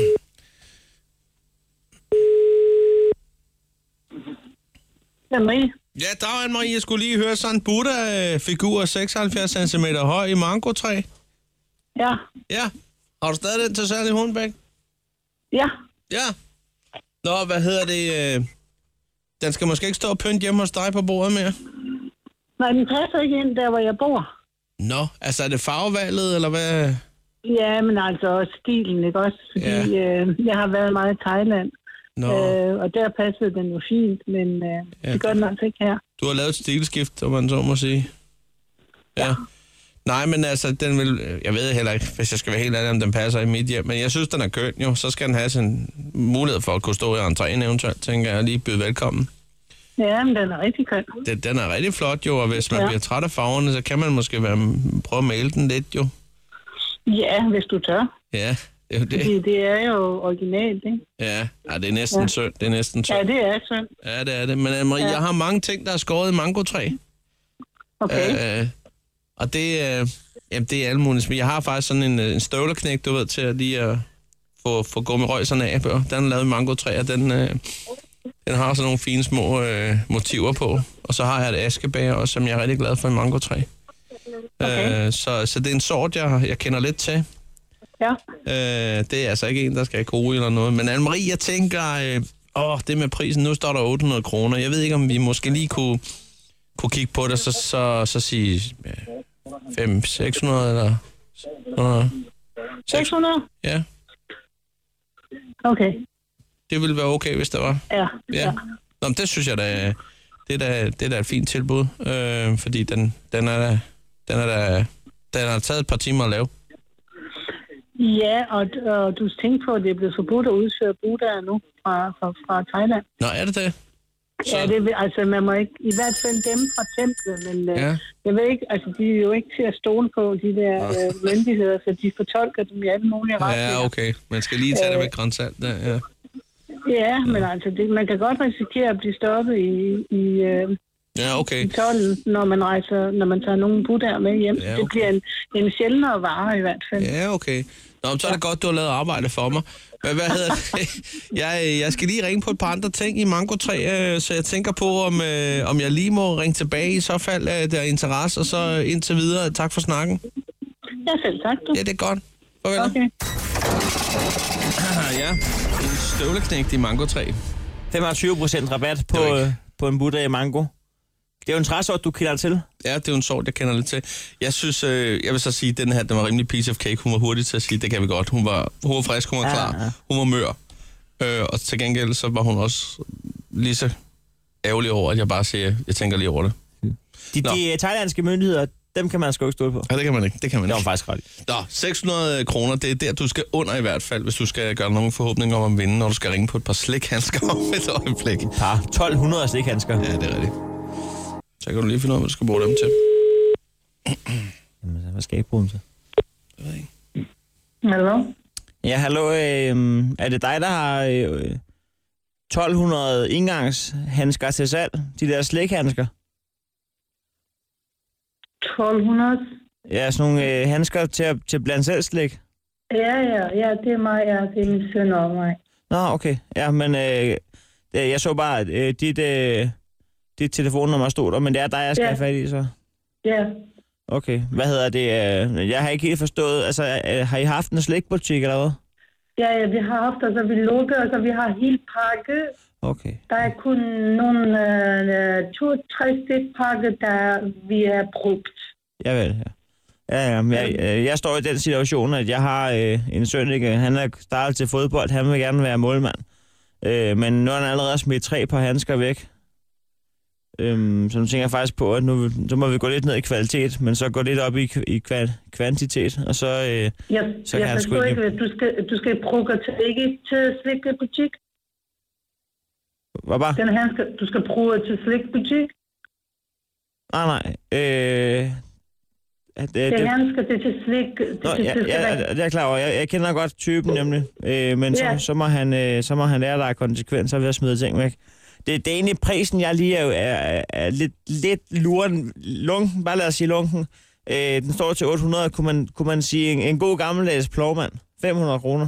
F: Ja, Marie.
B: Ja, der var en Marie. Jeg skulle lige høre sådan en Buddha-figur seksoghalvfjerds centimeter høj i mangotræ.
F: Ja.
B: Ja. Har du stadig den til salg i Hornbæk?
F: Ja.
B: Ja. Nå, hvad hedder det? øh, Den skal måske ikke stå og pynte hjemme hos dig på bordet mere?
F: Nej, den passer ikke ind der, hvor jeg bor.
B: Nå, altså er det farvevalget, eller hvad?
F: Ja, men altså også stilen, ikke også? Fordi
B: Ja.
F: øh, jeg har været meget i Thailand,
B: Nå,
F: øh, og der passede den jo fint, men øh,
B: Ja.
F: det gør den altså ikke her.
B: du har lavet et stilskift, om man så må sige. Ja. Nej, men altså, den vil... Jeg ved heller ikke, hvis jeg skal være helt ærlig, om den passer i mit hjem, men jeg synes, den er køn jo. Så skal den have sin mulighed for at kunne stå i entréen eventuelt, tænker jeg, lige byde velkommen.
F: Ja, men den er rigtig køn.
B: Den, den er rigtig flot jo, og hvis man
F: Ja.
B: bliver træt af farverne, så kan man måske være, prøve at male den lidt jo.
F: Ja, hvis du tør.
B: Ja, Det er jo det.
H: Fordi det er jo originalt, ikke?
B: Ja, ja det er næsten
H: Ja.
B: synd. Det er næsten synd.
H: Ja, det er synd.
B: Ja, det er det. Men Anne-Marie,
H: Ja.
B: jeg har mange ting, der er skåret i mangotræ.
H: Okay.
B: Øh, og det, øh, jamen, det er alle mulige små. Jeg har faktisk sådan en, en støvlerknæk, du ved, til at lige at få, få gummirøjserne af. Den er lavet i mangotræ, og den, øh, den har sådan nogle fine små øh, motiver på. Og så har jeg et askebager også, som jeg er rigtig glad for i mangotræ.
H: Okay.
B: Øh, så, så det er en sort, jeg, jeg kender lidt til.
H: Ja.
B: Øh, det er altså ikke en, der skal gode eller noget. Men Anne-Marie, jeg tænker, øh, åh, det med prisen, nu står der otte hundrede kroner. Jeg ved ikke, om vi måske lige kunne, kunne kigge på det, så, så, så sige ja, fem hundrede seks hundrede eller sådan
H: seks hundrede?
B: Ja,
H: Okay.
B: det ville være okay, hvis det var.
H: Ja.
B: Ja. Nå, men det synes jeg da, det er da, det er da et fint tilbud, øh, fordi den, den er da, den er da, den har taget et par timer at lave.
H: Ja, og, og du tænker på, at det er blevet forbudt at udføre buddhaer nu fra, fra, fra Thailand.
B: Nå, er det det? Så...
H: Ja, det, altså man må ikke, i hvert fald dem fra templet, men
B: Ja.
H: øh, jeg ved ikke, altså de er jo ikke til at stole på, de der øh, myndigheder, så de fortolker dem i alle mulige retninger.
B: Ja, okay. Man skal lige tage det med grænsalt der, ja.
H: Ja, men altså det, man kan godt risikere at blive stoppet i, i, øh,
B: Ja, okay.
H: i tolden, når man rejser, når man tager nogle buddhaer med hjem.
B: Ja,
H: Det
B: okay.
H: bliver en, en sjældnere vare i hvert fald.
B: Ja, okay. Nå, så er det godt, du har lavet arbejde for mig. Men hvad hedder det? Jeg, jeg skal lige ringe på et par andre ting i Mangotræ, øh, så jeg tænker på, om, øh, om jeg lige må ringe tilbage i så fald, øh, der er interesse, og så indtil videre. Tak for snakken.
H: Ja, selv tak du.
B: Ja, det er godt. Farvel.
H: Okay.
B: Ja, en støvleknægt i Mangotræ.
C: femogtyve procent rabat på,
B: Det var ikke-
C: øh, på en Buddha i mango. Det er jo en træsort, du kender til.
B: Ja, det er jo en sort, jeg kender lidt til. Jeg synes, øh, jeg vil så sige, at den her, den var rimelig piece of cake. Hun var hurtig til at sige, det kan vi godt. Hun var, hun var frisk, hun var
C: Ja,
B: klar,
C: ja.
B: hun var mør. Øh, og til gengæld, så var hun også lige så ærgerlig over, at jeg bare siger, jeg tænker lige over det.
C: De,
B: Nå.
C: de thailandske myndigheder, dem kan man sgu ikke stole på.
B: Ja, det kan man ikke. Det kan man
C: Det var
B: ikke.
C: faktisk ret.
B: Nå, seks hundrede kroner, det er der, du skal under i hvert fald, hvis du skal gøre nogle forhåbninger om at vinde, når du skal ringe på et par slikhandsker om et øjeblik.
C: Par tolv hundrede slikhandsker.
B: Ja, det er rigtigt. Så kan du lige finde ud af, hvad du skal bruge dem til.
C: Jamen, hvad skal jeg bruge dem til?
B: Jeg ved ikke.
H: Hallo?
C: Ja, hallo. Øh, er det dig, der har øh, tolv hundrede engangshandsker til salg? De der slikhandsker?
H: tolv hundrede?
C: Ja, sådan nogle øh, handsker til at til blandt selv slik.
H: Ja, ja, ja, det er mig, ja. Det er min søn og mig.
C: Nå, okay. Ja, men øh, det- jeg så bare, øh, dit, øh, dit telefonnummer stod der, men det er dig, jeg skal
H: Ja.
C: have fat i, så.
H: Ja.
C: Okay, hvad hedder det? øh, Jeg har ikke helt forstået, altså, øh, har I haft en slikbutik eller hvad?
H: Ja, ja, vi har haft, altså vi lukker, altså vi har helt pakke.
C: Okay.
H: Der er kun nogle øh, to-tre stik pakke, der vi er brugt.
C: Ja, vel, ja. Ja, ja, men jeg, øh, jeg står i den situation, at jeg har øh, en søn, ikke? Han er startet til fodbold, han vil gerne være målmand. Øh, men nu har han allerede smidt tre par handsker væk. Øhm, så nu tænker jeg faktisk på, at nu så må vi gå lidt ned i kvalitet, men så gå lidt op i, i kval, kvantitet, og så, øh,
H: Jeg,
C: så kan
H: jeg
C: han sgu
H: forstår
C: ikke...
H: ikke, at du skal, du skal bruge til ikke til slikbutik.
C: Hvad bare?
H: Den her skal, du skal bruge til slikbutik.
C: Nej, nej. Øh, at, øh,
H: Det her skal det til slik. Det,
C: Nå,
H: det,
C: ja,
H: det, skal
C: ja,
H: være-
C: det er jeg klar over. Jeg, jeg kender godt typen nemlig. Øh, men
H: Ja.
C: så, så, må han, øh, så må han lære, at der er konsekvenser ved at smide ting væk. Det, det er egentlig prisen, jeg lige er, er, er lidt, lidt luren, lunken, bare lad os sige lunken. Øh, den står til otte hundrede, kunne man, kunne man sige en, en god gammeldags plovmand. fem hundrede kroner.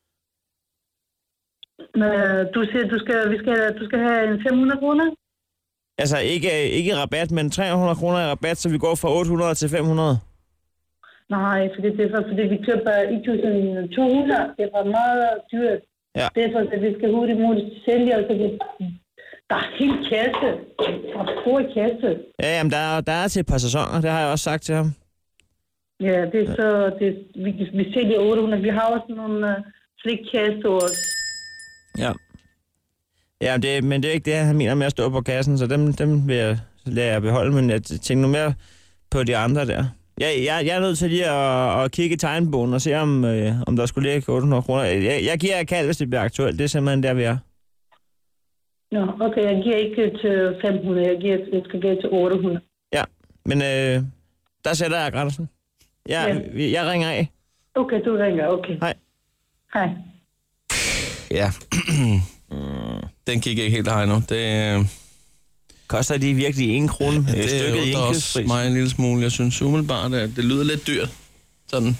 H: Øh, du siger, du skal, vi skal, du skal have en fem hundrede kroner?
C: Altså ikke, ikke rabat, men tre hundrede kroner i rabat, så vi går fra otte hundrede til fem hundrede.
H: Nej, fordi det er for, fordi vi køber et tusind to hundrede. Det var meget dyrt.
C: Ja.
H: Det er for, at vi skal hurtigt muligt sælge, og så det, der er helt kasse. Der er stor kasse.
C: Ja, jamen der, er- der er til et par sæsoner, det har jeg også sagt til ham.
H: Ja, det er så, det, vi, vi sælger otte hundrede. Vi har også nogle uh, slikkasser også.
C: Ja. Ja, men det, men det er ikke det, han mener med at stå på kassen, så dem, dem vil jeg lade jeg beholde, men jeg tænker nu mere på de andre der. Jeg, jeg, jeg er nødt til lige at, at kigge i tegnebogen og se, om, øh, om der skulle ligge otte hundrede kroner. Jeg, jeg giver jer kald, hvis det bliver aktuelt. Det er simpelthen der, vi er.
H: Nå, okay, jeg giver ikke til fem hundrede. Jeg, giver, jeg skal give til otte hundrede.
C: Ja, men øh, der sætter jeg grænsen. Jeg,
H: Ja.
C: jeg ringer af.
H: Okay, du ringer, okay.
C: Hej.
H: Hej.
B: Ja. Den gik ikke helt hej nu. Det,
C: Koster de virkelig en krone
B: ja,
C: øh, stykket i
B: det er også
C: indkøbspris?
B: mig en lille smule. Jeg synes umiddelbart, at det lyder lidt dyrt. Sådan.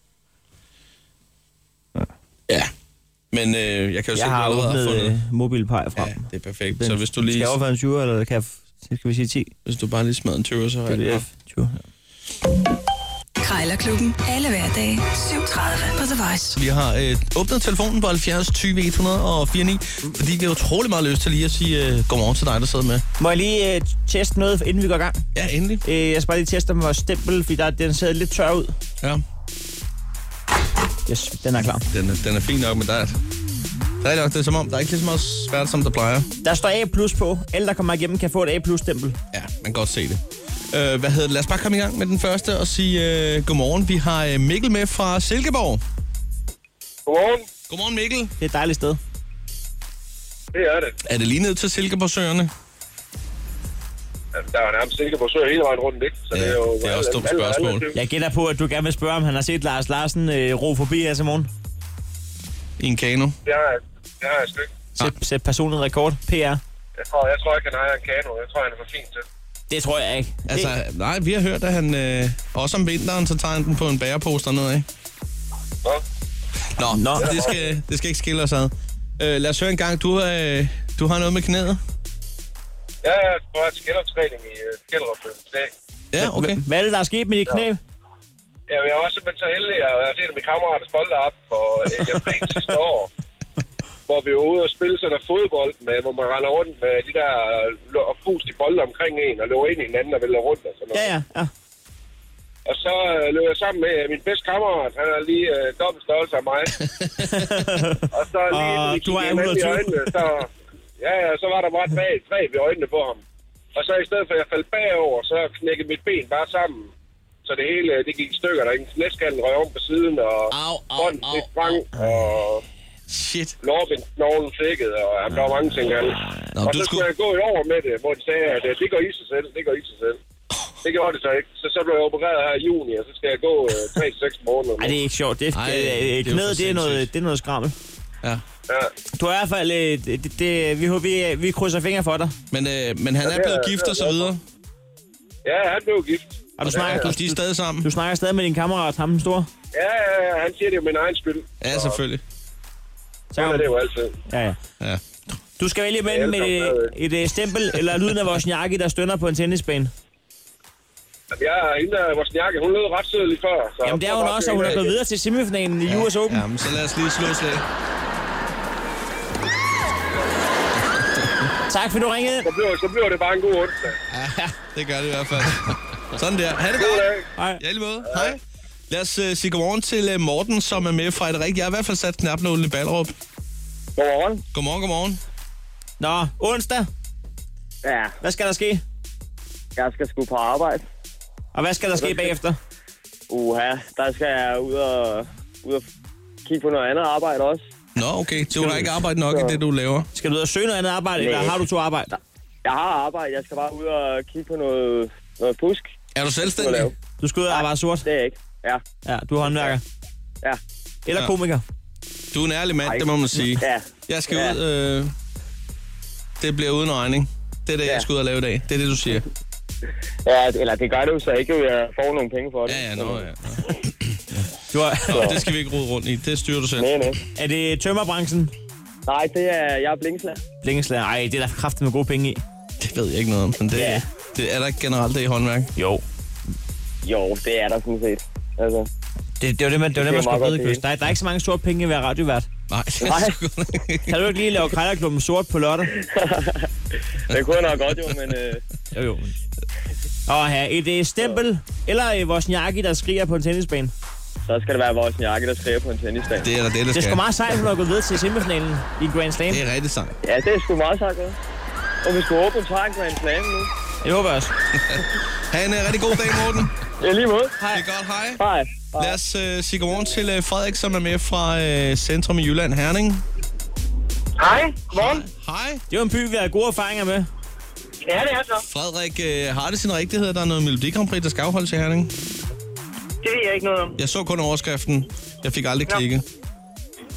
B: Ja. Men øh, jeg kan jo se,
C: Jeg har
B: at du allerede
C: åbnet
B: fundet...
C: øh, mobilpej frem.
B: Ja, det er perfekt.
C: Den
B: Så hvis du
C: Skal
B: lige...
C: jeg overføre en tyver, eller kan jeg... f- Skal vi sige ti?
B: Hvis du bare lige smadrer en tyver, så er
C: Det
B: det
C: er tyve.
E: Krejlerklubben. Alle hverdage. syv tredive på The Voice.
B: Vi har øh, åbnet telefonen på halvfjerds tyve et nul fire ni, fordi vi har utrolig meget lyst til lige at sige øh, godmorgen til dig, der sidder med.
C: Må jeg lige øh, teste noget, inden vi går i gang?
B: Ja, endelig.
C: Øh, jeg skal bare lige teste med vores stempel, fordi der, den ser lidt tør ud.
B: Ja,
C: Yes, den er klar.
B: den er, den er fin nok, men der er, der er nok, det er som om, der er ikke lige så meget svært, som der plejer.
C: Der står A plus på. Alle, der kommer igennem, kan få et A plus stempel.
B: Ja, man kan godt se det. Øh, hvad hedder det? Lad os bare komme i gang med den første og sige øh, godmorgen. Vi har øh, Mikkel med fra Silkeborg.
G: Godmorgen.
B: Godmorgen, Mikkel.
C: Det er et dejligt sted.
G: Det er det.
B: Er det lige ned til Silkeborgsøerne?
G: Altså, der er nærmest Silkeborg Sø hele vejen rundt, ikke? Så
B: Ja,
G: det er jo...
B: det er også et dumt spørgsmål.
C: Jeg gætter på, at du gerne vil spørge, om han har set Lars Larsen øh, ro forbi her til morgen.
B: I en kano?
G: Det har jeg, det har jeg et stykke.
C: Sæt, sæt personlig rekord. P R.
G: Jeg tror, jeg tror ikke, han ejer en kano. Jeg tror, han er for fin til.
C: Det tror jeg ikke.
B: Altså,
C: Det,
B: nej, vi har hørt, at han øh, også om vinteren, så tager han den på en bærepost dernede, ikke?
G: Nå?
B: Nå,
C: Nå.
B: Nå. Det, skal, det skal ikke skille os ad. Øh, lad os høre en gang. Du, øh, du har noget med knæet?
G: Ja, jeg tror, at skældertræning i uh, Kjellerup i dag.
B: Ja, okay.
C: Hvad er det, der er sket med dit knæ?
G: Ja, jeg var også simpelthen så heldig, at jeg har set min kammerat spolde op for et april sidste år. Hvor vi var ude og spille sådan noget fodbold, med, hvor man render rundt med de der og pust i bolde omkring en, og løber ind i hinanden og vælger rundt og sådan noget.
C: Ja, ja, ja.
G: Og så øh, løb jeg sammen med min bedste kammerat, han er lige øh, dobbelt størrelse af mig. og så lige,
C: Og
G: vi
C: du er
G: kiggede hinanden i
C: et hundrede og tyve.
G: øjnene, så, ja, ja, så var der bare tre, tre ved øjnene på ham. Og så i stedet for at jeg faldt bagover, så knækkede mit ben bare sammen. Så det hele, det gik i stykker, der en næskallen røg om på siden, og
B: Au, au,
G: bånden
B: au,
G: det sprang, og
B: Shit.
G: lårbindsknoglen flækket, og jamen, der var mange ting galt.
B: Nå,
G: Og
B: du
G: så
B: skulle-
G: skulle jeg gå i over med det, hvor de sagde, at øh, det går i sig selv, det går i sig selv. Det gjorde det så ikke. Så, så blev jeg opereret her i juni, og så skal jeg gå øh, tre til seks måneder.
C: Ej, det er ikke sjovt. Det er,
B: Ej,
C: Ej,
B: det er jo
C: knæet,
B: for
C: det er noget,
B: sindssygt.
C: det er noget skrammel.
B: Ja.
G: Ja.
C: Du er i hvert fald... øh, Det, det, vi, vi, vi krydser fingre for dig.
B: Men, øh, men han
G: Ja,
B: er
G: det
B: blevet
G: er-
B: gift
G: det er
B: og så
G: jeg glad
B: videre.
G: Ja, han blev gift.
C: Og du snakker,
B: Du, de er stadig sammen?
C: du snakker stadig med din kammerat, ham den store?
G: Ja, ja, ja, han siger, det er min egen skyld.
B: Ja, selvfølgelig.
C: Så,
G: Det er det jo altid.
C: ja, ja.
B: Ja.
C: Du skal vælge mellem
G: Det er
C: et,
G: alle
C: et, et stempel eller lyden af vores jakke, der stønner på en tennisbane.
G: Jamen, jeg er hende der, vores jakke, hun lød ret sød lige før. Så
C: Jamen, det er hun også, og hun er gået videre til semifinalen i U S Open.
B: Ja, men så lad os lige slå slag.
C: Tak, fordi du ringede ind.
G: Så bliver, så bliver det bare en god onsdag.
B: Ja, det gør det i hvert fald. Sådan der. Ha' det
G: God
B: godt.
G: dag.
C: Hej.
B: Ja, i lige måde. Hej. Lad os uh, sige godmorgen til uh, Morten, som er med fra et rigtigt. Jeg har i hvert fald sat knapnålen i Ballerup.
G: Godmorgen.
B: Godmorgen, godmorgen.
C: Nå, onsdag.
I: Ja,
C: Hvad skal der ske?
I: jeg skal sgu på arbejde.
C: Og hvad skal der ske bagefter?
I: Uha, der skal jeg ud og, ud og kigge på noget andet arbejde også.
B: Nå, okay. Så du har ikke arbejdet nok i det, du laver.
C: Skal du ud og søge noget andet arbejde,
I: Nej.
C: eller har du to arbejde?
I: Jeg har arbejde, jeg skal bare ud og kigge på noget, noget fusk.
B: Er du
I: At
B: selvstændig?
I: lave.
C: Du skal ud og arbejde sort?
I: Det er jeg ikke. Ja,
C: Ja, du er håndværker.
I: ja,
C: Eller
B: Ja.
C: komiker.
B: Du er en ærlig mand, det må man sige.
I: ja.
B: Jeg skal
I: Ja.
B: ud... Øh... Det bliver uden regning. Det er det, jeg
I: Ja.
B: skal ud og lave i dag. Det er det, du siger.
I: Ja, eller det gør det jo så ikke, at jeg får nogle penge for det.
B: Ja, ja, nå, ja.
C: Du er,
B: Nå, det skal vi ikke rode rundt i. Det styrer du selv.
I: Nej, nej.
C: er det tømmerbranchen?
I: Nej, det er, jeg er blinkeslag.
C: Blinkeslager. Ej, det er der kraftigt med gode penge i.
B: Det ved jeg ikke noget om, men det,
C: Ja.
B: det er der ikke generelt det i håndværk.
C: Jo.
I: Jo, det er der sådan set. Altså,
C: Det, det var det, man, det, var det, man
I: Det er
C: skulle
I: meget
C: vide,
I: godt,
C: Chris.
I: det
C: Der, er- der er ikke så mange sorte penge i at være radiovært.
B: Nej, det
I: Nej.
B: er sgu ikke.
C: Kan du ikke lige lave Krejlerklubben sort på lørdag?
I: det kunne jeg nok godt jo, men øh,
C: Jo, jo. Og her et øh, stempel, eller øh, vores jakke, der skriger på en tennisbane.
I: så skal det være vores jakke, der skriver på en tennisbane.
B: Det er der det, der
C: Det er
B: skal.
C: sgu meget sejt, at du har gået videre til semifinalen i Grand Slam.
B: Det er rigtig sejt.
I: Ja, det er sgu meget sagt, ja. Og vi skulle åbne tager en Grand Slam nu.
C: Jeg håber også.
B: Ha' en uh, rigtig god dag, Morten.
I: Ja, lige måde.
B: Det er godt, hej.
I: Hej. Hej.
B: Lad os uh, sige godmorgen til uh, Frederik, som er med fra uh, Centrum i Jylland, Herning.
F: Hej, godmorgen.
B: Hej.
C: Det er jo en by, vi har gode erfaringer med.
F: Ja, det er så.
B: Frederik, uh, har det sin rigtighed, at der er noget Melodi Grand Prix, der skal afholdes i Herning?
F: Det ved jeg ikke noget om.
B: Jeg så kun overskriften. Jeg fik aldrig
F: Nå.
B: klikket.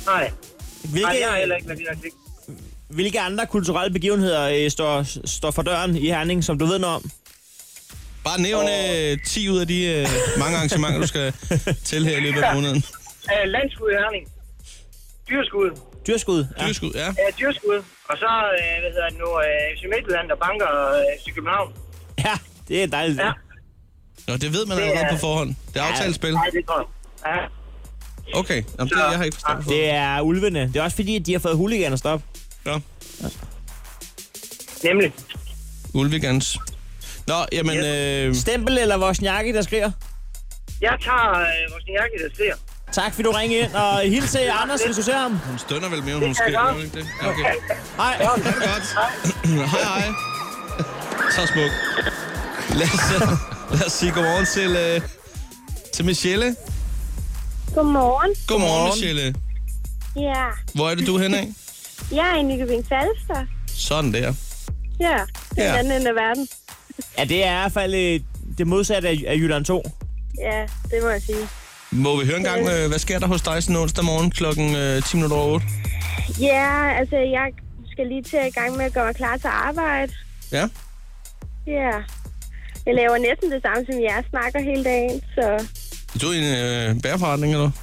J: Nej.
C: Hvilke,
J: Nej, jeg har heller ikke været inde og klikke.
C: Hvilke andre kulturelle begivenheder øh, står, står for døren i Herning, som du ved noget om?
B: Bare nævn øh, ti ud af de øh, mange arrangementer, du skal til her i løbet af måneden.
J: Uh, landskud i Herning. Dyrskud.
C: Dyrskud,
B: ja. Dyrskud, ja.
J: Uh, dyrskud. Og så, uh, hvad hedder det nu, uh, F C Midtjylland, der banker uh, F C København.
C: Ja, det er dejligt.
J: Ja.
B: Nå, det ved man det allerede er... på forhånd. Det er aftalt spil.
J: Nej, det tror jeg. Ja.
B: Okay, jamen, det jeg har ikke forstået.
C: Det er ulvene. Det er også fordi, at de har fået huliganer stop.
B: Ja.
C: ja.
J: Nemlig.
B: Ulvigans. Nå, jamen...
J: Yes.
B: Øh...
C: Stempel eller Wozniacki, der skriger?
J: Jeg tager øh, Wozniacki, der skriger.
C: Tak, fordi du ringede ind, og hilse Anders, hvis du ser ham.
B: Hun stønner vel mere, hun skriger, ikke det? Ja, okay.
C: Hej.
B: Ja, det er godt. Hej, hej. Så smuk. Lad os, lad os sige godmorgen til, øh, til Michelle.
K: Godmorgen.
B: Godmorgen, Michelle.
K: Ja.
B: Hvor er det, du er henne af?
K: Jeg er i Nykøbing Falster.
B: Sådan der.
K: Ja, det er
B: ja.
K: den anden ende af verden.
C: Ja, det er i hvert fald øh, det modsatte af, af Jylland to.
K: Ja, det må jeg sige.
B: Må vi høre en gang, øh, hvad sker der hos dig sådan onsdag morgen klokken øh, ti minutter over otte?
K: Ja, altså jeg skal lige til i gang med at gøre mig klar til arbejde.
B: Ja?
K: Ja. Jeg laver næsten det samme, som jeg snakker hele dagen, så...
B: Er du i en øh, bæreforretning, eller?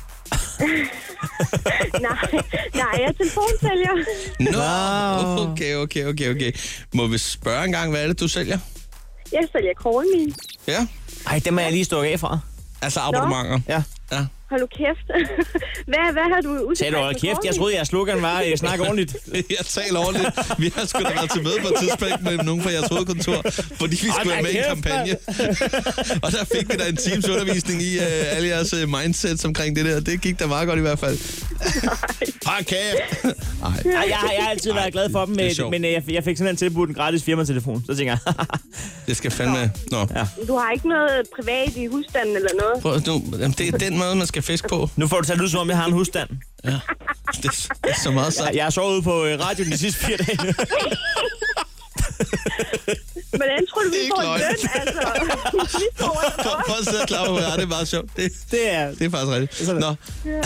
K: nej, nej, jeg er telefonsælger.
B: Nå, okay, okay, okay, okay. Må vi spørge en gang, hvad er det, du sælger?
K: Jeg sælger Callme.
B: Ja?
C: Ej, det må jeg lige stå af fra.
B: Altså abonnementer?
C: Ja.
B: Ja.
K: Hold nu kæft. hvad, hvad har du udtalt?
C: Tag du hold kæft, jeg troede, jeres slogan var, at jeg snakker ordentligt.
B: Jeg taler ordentligt. Vi har sgu da været til møde på et tidspunkt med nogen fra jeres hovedkontor, fordi vi skulle være med i en kampagne. Og der fik vi da en times undervisning i uh, alle jeres uh, mindsets omkring det der. Det gik da meget godt i hvert fald. Hold kæft.
C: Ej, jeg, jeg har altid været glad for dem, men, men jeg, jeg fik simpelthen tilbudt en gratis firmatelefon. Så tænker jeg...
B: det skal fandme... Nå.
K: Ja. Du har ikke noget privat i husstanden eller noget?
B: Prøv, nu, jamen, det er den måde, man skal fiske på.
C: Nu får du talt ud, som om jeg har en husstand.
B: Ja, det, det er så meget sagt.
C: Jeg, jeg har sovet ude på radioen de sidste fire dage.
K: Hvordan tror du, vi får løn, altså?
B: Prøv, prøv at sidde og klappe på, ja, det er meget sjovt. Det,
C: det, er,
B: det er faktisk rigtigt. Nå.
K: Ja.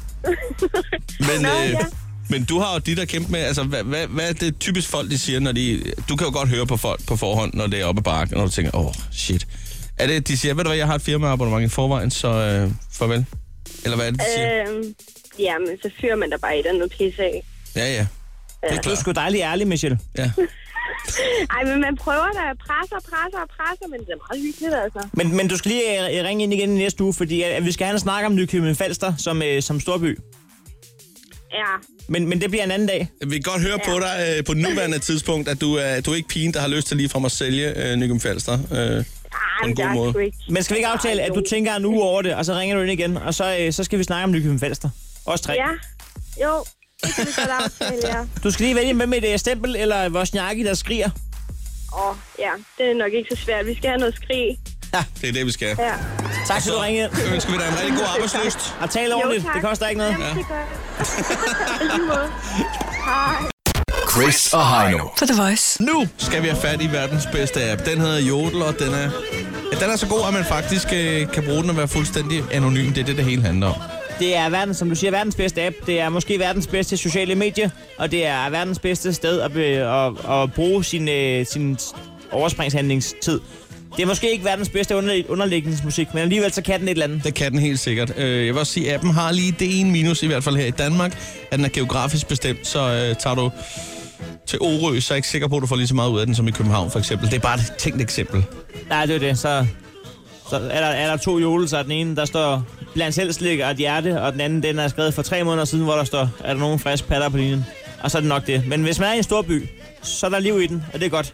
B: Men,
K: Nå,
B: øh,
K: ja.
B: men du har jo dit at kæmpe med. Altså, hvad, hvad, hvad er det typisk folk, de siger, når de... Du kan jo godt høre på folk på forhånd, når det er oppe ad bakken, og når du tænker, åh, oh, shit. Er det, de siger, ved du hvad, jeg har et firmaabonnement i forvejen, så øh, farvel? Eller hvad er det, de siger?
K: Øhm, jamen, så fyrer man da bare et andet pisse af.
B: Ja, ja.
C: Det er du er sgu dejlig ærlig, Michelle.
B: Ja.
K: Ej, men man prøver da at presse og presse og presse, men det er meget hyggeligt, altså.
C: Men, men du skal lige ringe ind igen i næste uge, fordi at vi skal have en snak om Nykøbing Falster som, øh, som storby.
K: Ja.
C: Men, men det bliver en anden dag.
B: Vi kan godt høre ja. på dig øh, på det nuværende tidspunkt, at du er, du er ikke pigen, der har lyst til lige fra at sælge øh, Nykøbing Falster. Øh,
K: på en god måde. Ikke.
C: Men skal vi ikke aftale, at du tænker en uge over det, og så ringer du ind igen, og så, øh, så skal vi snakke om Nykøbing Falster? Også tre.
K: Ja, jo. Det kan vi godt aftale, ja.
C: Du skal lige vælge med med et stempel, eller Wozniacki, der skriger.
K: Åh, oh, ja. Det er nok ikke så svært. Vi skal have noget skrig.
B: Ja, det er det, vi skal.
K: Ja.
C: Tak, for du ringede ind.
B: Så ønsker vi dig en rigtig god arbejdsløst.
C: Og tale ordentligt. Jo, det koster ikke noget.
K: Jamen, det gør jeg. Hej.
D: Chris og Heino.
E: For The Voice.
B: Nu skal vi have fat i verdens bedste app. Den hedder Jodel, og den er, ja, den er så god, at man faktisk øh, kan bruge den og være fuldstændig anonym. Det er det, det hele handler om.
C: Det er verdens, som du siger, verdens bedste app. Det er måske verdens bedste sociale medie, og det er verdens bedste sted at, at, at bruge sin, øh, sin overspringshandlingstid. Det er måske ikke verdens bedste under, underlægningsmusik, men alligevel så kan den et eller andet.
B: Det kan den helt sikkert. Jeg vil også sige, at appen har lige det ene minus, i hvert fald her i Danmark, at den er geografisk bestemt, så øh, tager du til Orø, så er jeg ikke sikker på, at du får lige så meget ud af den som i København for eksempel. Det er bare et tænkt eksempel.
C: Nej, det er det. Så, så er, der, er der to jodelser. Den ene, der står blandt selvslik og et hjerte, og den anden, den er skrevet for tre måneder siden, hvor der står, er der nogen friske patter på linjen. Og så er det nok det. Men hvis man er i en stor by, så er der liv i den, og det er godt.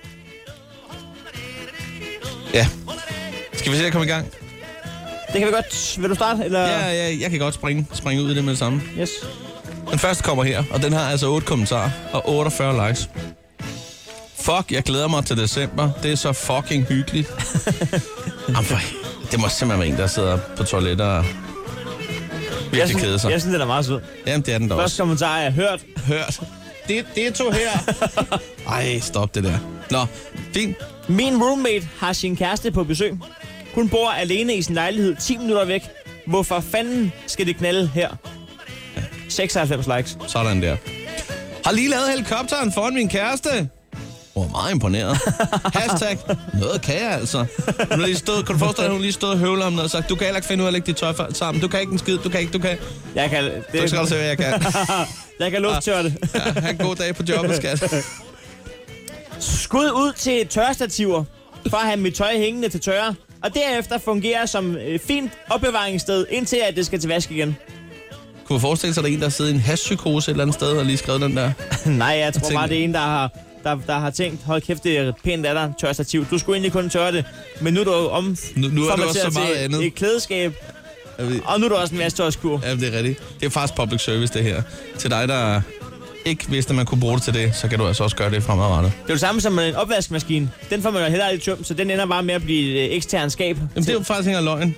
B: Ja. Skal vi se at komme i gang?
C: Det kan vi godt. Vil du starte? Eller?
B: Ja, ja, jeg kan godt springe, springe ud i det med det samme.
C: Yes.
B: Den første kommer her, og den har altså otte kommentarer og otteogfyrre likes. Fuck, jeg glæder mig til december. Det er så fucking hyggeligt. Jamen, for, det må simpelthen være en, der sidder på toiletter og virkelig keder sig.
C: Jeg synes, det er meget sød.
B: Jamen, det er den da også.
C: Første kommentar er, hørt.
B: Hørt. Det, det er to her. Ej, stop det der. Nå, fint.
C: Min roommate har sin kæreste på besøg. Hun bor alene i sin lejlighed ti minutter væk. Hvorfor fanden skal det knalde her? seksoghalvfems likes.
B: Sådan der. Har lige lavet helikopteren foran min kæreste. Åh, oh, meget imponeret. Hashtag, noget kan jeg altså. Hun har lige stået, kan du forestille dig, at hun lige stod og høvler om noget og sagt, du kan heller ikke finde ud af at lægge dit tøj sammen. Du kan ikke en skid, du kan ikke, du kan.
C: Jeg kan... Det...
B: Så skal du se, hvad jeg kan.
C: jeg kan lufttørre det.
B: Ja, have en god dag på jobbet, skat.
C: Skud ud til tørrestativer, for at have mit tøj hængende til tørre, og derefter fungerer som øh, fint opbevaringssted, indtil at det skal til vask igen.
B: Kunne man forestille sig, at der er en, der sidder i en hashpsykose et eller andet sted og lige skrevet den der?
C: Nej, jeg tror bare, det er en, der har, der, der har tænkt, hold kæft, det er pænt af dig, tørrestativ. Du skulle egentlig kun tørre det, men nu er du om
B: nu, nu er det også så meget andet.
C: Et klædeskab, og nu er du også en vasketøjskur.
B: Ja, det er rigtigt. Det er faktisk public service, det her. Til dig, der ikke vidste, at man kunne bruge det til det, så kan du altså også gøre det fremadrettet. Det
C: er jo det samme som en opvaskemaskine. Den får man jo heller aldrig tømt, så den ender bare med at blive et ekstern skab.
B: Jamen, det er jo faktisk ikke løgn.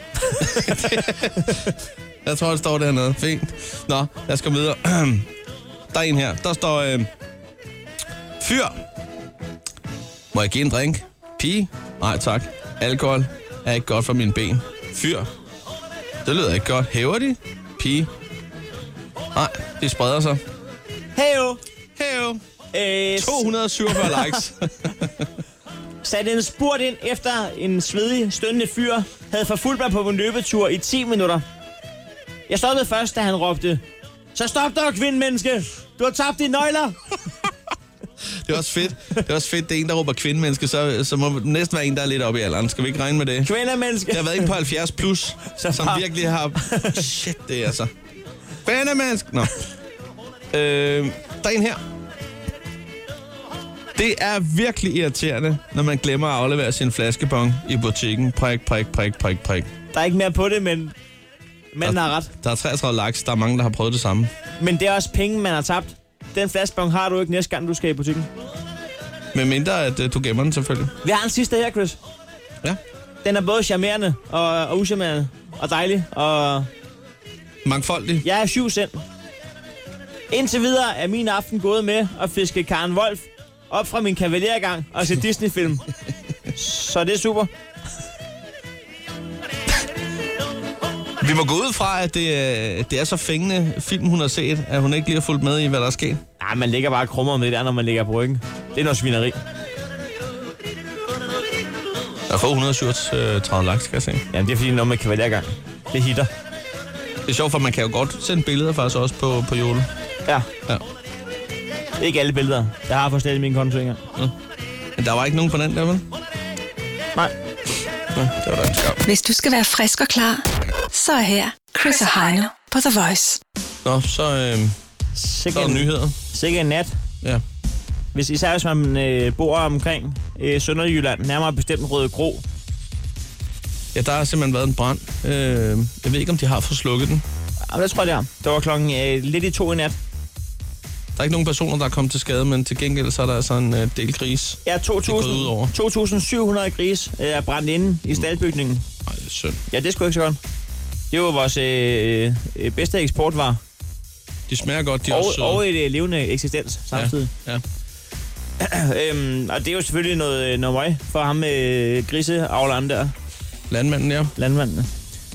B: Jeg tror, det står dernede. Fint. Nå, lad os komme videre. Der er en her. Der står... Øh, fyr. Må jeg give en drink? Pige? Nej, tak. Alkohol er ikke godt for mine ben. Fyr. Det lyder ikke godt. Hæver de? Pige? Nej, de spreder sig.
C: Heyo!
B: Heyo! Øh, to hundrede og syvogfyrre likes.
C: Satte en spurt ind efter en svedig, stønnende fyr havde forfulgt mig på min løbetur i ti minutter. Jeg stoppede først, da han råbte, så stop dog, kvindemenneske! Du har tabt dine nøgler!
B: Det er også fedt. Det er også fedt, det er en, der råber kvindemenneske, så, så må det næsten være en, der er lidt oppe i alderen. Skal vi ikke regne med det?
C: Kvindemenneske!
B: Jeg har været en på halvfjerds plus, som virkelig har... Shit, det er altså... Kvindemenneske! Nå. Øh, der er en her. Det er virkelig irriterende, når man glemmer at aflevere sin flaskebong i butikken. Prik, prik, prik, prik, prik.
C: Der er ikke mere på det, men manden har ret.
B: Der er treogtredive likes, der er mange, der har prøvet det samme.
C: Men det er også penge, man har tabt. Den flaskebong har du ikke næste gang, du skal i butikken.
B: Med mindre, at uh, du gemmer den selvfølgelig.
C: Vi har en sidste her, Chris.
B: Ja.
C: Den er både charmerende og, og uschammerende og dejlig og...
B: mangfoldig.
C: Jeg er syv cent. Indtil videre er min aften gået med at fiske Karen Wolf op fra min kavalergang og se Disney-film. Så det er super.
B: Vi må gå ud fra, at det, det er så fængende film, hun har set, at hun ikke lige har fulgt med i, hvad der er sket.
C: Nej, man ligger bare krummer med det der, når man ligger på ryggen. Det er noget svineri.
B: Der får et hundrede og syvogtredive likes, skal jeg se.
C: Jamen, det er fordi, noget med kavalergang. Det hitter.
B: Det er sjovt, for man kan jo godt sende billeder faktisk også på, på Jole.
C: Ja.
B: Ja.
C: Ikke alle billeder. Jeg har forstillet min konto engang.
B: Ja. Men der var ikke nogen på den der, vel?
C: Nej.
B: Ja, det var da en skam.
E: Hvis du skal være frisk og klar, så er her Chris og Heino på The Voice.
B: Nå, så, øh, så er der nyheder.
C: Sikke en nat.
B: Ja.
C: Hvis, især hvis man øh, bor omkring øh, Sønderjylland, nærmere bestemt Rødekro.
B: Ja, der har simpelthen været en brand. Øh, jeg ved ikke, om de har fået slukket den.
C: Ja, det tror jeg, det er. Det var klokken øh, lidt i to i nat.
B: Der er ikke nogen personer, der er kommet til skade, men til gengæld så er der altså en øh, del gris.
C: Ja, to tusind syv hundrede gris øh, er brændt inde i staldbygningen.
B: Nej, det er synd.
C: Ja, det er sgu ikke så godt. Det var vores øh, øh, bedste eksportvarer.
B: De smager godt, de
C: og,
B: også...
C: Og et øh, levende eksistens samtidig.
B: Ja, ja.
C: øhm, og det er jo selvfølgelig noget, noget møg for ham med øh, griseavleren der.
B: Landmanden, ja.
C: Landmanden.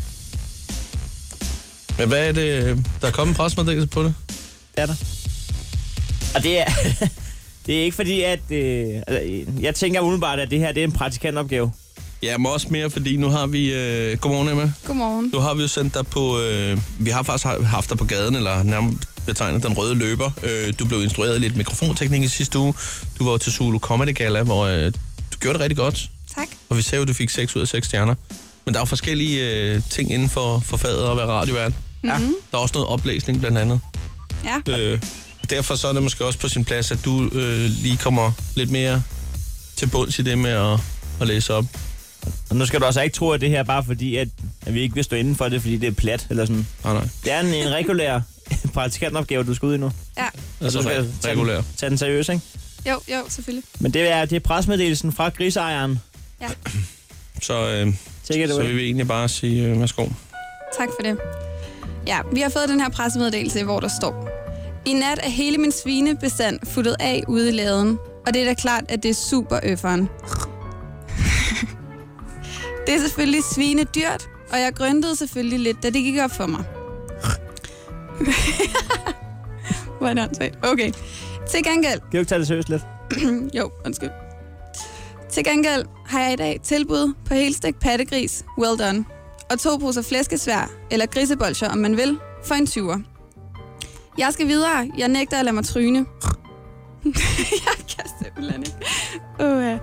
B: Men hvad er det, der er kommet en pressemeddelelse på det?
C: Det er der. Og det er, det er ikke fordi, at... Øh, altså, jeg tænker umiddelbart, at det her det er en praktikantopgave.
B: Ja, men også mere, fordi nu har vi... Øh, godmorgen, Emma.
L: Godmorgen.
B: Nu har vi jo sendt dig på... Øh, vi har faktisk haft dig på gaden, eller nærmest betegnet den røde løber. Øh, du blev instrueret i lidt mikrofonteknik i sidste uge. Du var til Zulu Comedy Gala, hvor øh, du gjorde det rigtig godt.
L: Tak.
B: Og vi sagde jo, at du fik seks ud af seks stjerner. Men der er jo forskellige øh, ting inden for, for faget at være radiovært.
L: Mm-hmm.
B: Ja. Der er også noget oplæsning, blandt andet.
L: Ja.
B: Øh, derfor så er det måske også på sin plads, at du øh, lige kommer lidt mere til bunds i det med at, at læse op.
C: Og nu skal du altså ikke tro, at det her bare fordi, at, at vi ikke vil stå inden for det, fordi det er plat eller sådan.
B: Nej, nej.
C: Det er en, en regulær praktikantopgave, du skal ud i nu.
L: Ja.
B: Altså
C: du skal tage
B: regulær.
C: Den, tage den seriøst, ikke?
L: Jo, jo, selvfølgelig.
C: Men det er, det er presmeddelelsen fra grisejeren.
L: Ja.
B: Så, øh, så vil vi egentlig bare sige, øh, værsgo.
L: Tak for det. Ja, vi har fået den her pressemeddelelse, hvor der står: i nat er hele min svinebestand futtet af ude i laden, og det er da klart, at det er super øfferen. Det er selvfølgelig svinedyrt, og jeg grøntede selvfølgelig lidt, da det gik op for mig. Hvor er det åndssvagt. Okay. Til gengæld...
C: Kan du ikke tage det seriøst lidt?
L: jo, undskyld. Til gengæld har jeg i dag tilbud på helstegt pattegris, well done, og to poser flæskesvær, eller grisebolcher, om man vil, for en tyver. Jeg skal videre. Jeg nægter at lade mig tryne. jeg kan simpelthen ikke. Uh, ja.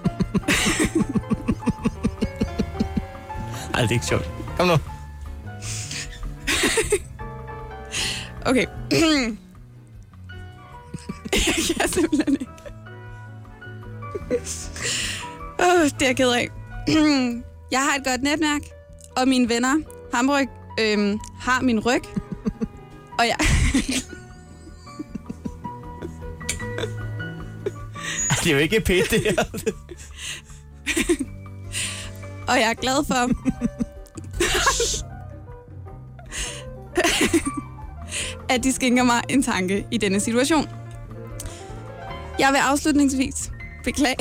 C: Ej, det er ikke sjovt. Kom nu.
L: Okay. jeg kan simpelthen ikke. oh, det er jeg ked af. jeg har et godt netværk, og mine venner Hamburg, øhm, har min ryg. og jeg...
C: det er jo ikke pænt, det her.
L: og jeg er glad for... at de skænker mig en tanke i denne situation. Jeg vil afslutningsvis beklage...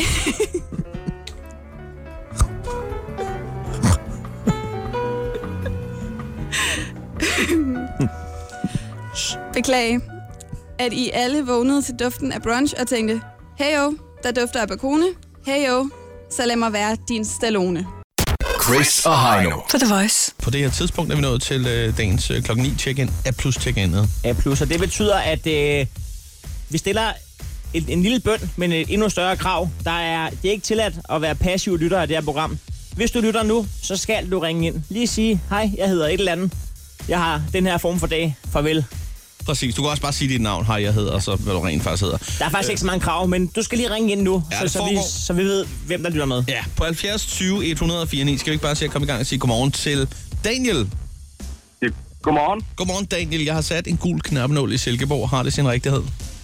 L: beklage, at I alle vågnede til duften af brunch og tænkte, hey jo, der dufter af bacone. Hey jo, så lad mig være din Stallone.
D: Chris og Heino.
L: På The Voice.
B: På det her tidspunkt er vi nået til øh, dagens øh, klokken ni check-in. A plus check-in'et.
C: A plus, og det betyder, at øh, vi stiller en, en lille bøn, men et endnu større krav. Der er, det er ikke tilladt at være passiv lytter af det her program. Hvis du lytter nu, så skal du ringe ind. Lige sige, hej, jeg hedder et eller andet. Jeg har den her form for dag. Farvel.
B: Præcis. Du kan også bare sige dit navn, hej, jeg hedder, og så hvad du rent faktisk hedder.
C: Der er faktisk øh. ikke så mange krav, men du skal lige ringe ind nu, ja, så, så, vi, så vi ved, hvem der lytter med.
B: Ja, på halvfjerds tyve et hundrede og fire ni skal vi ikke bare se at komme i gang og sige godmorgen til Daniel.
G: Ja, godmorgen.
B: Godmorgen, Daniel. Jeg har sat en gul knappenål i Silkeborg. Har det sin rigtighed?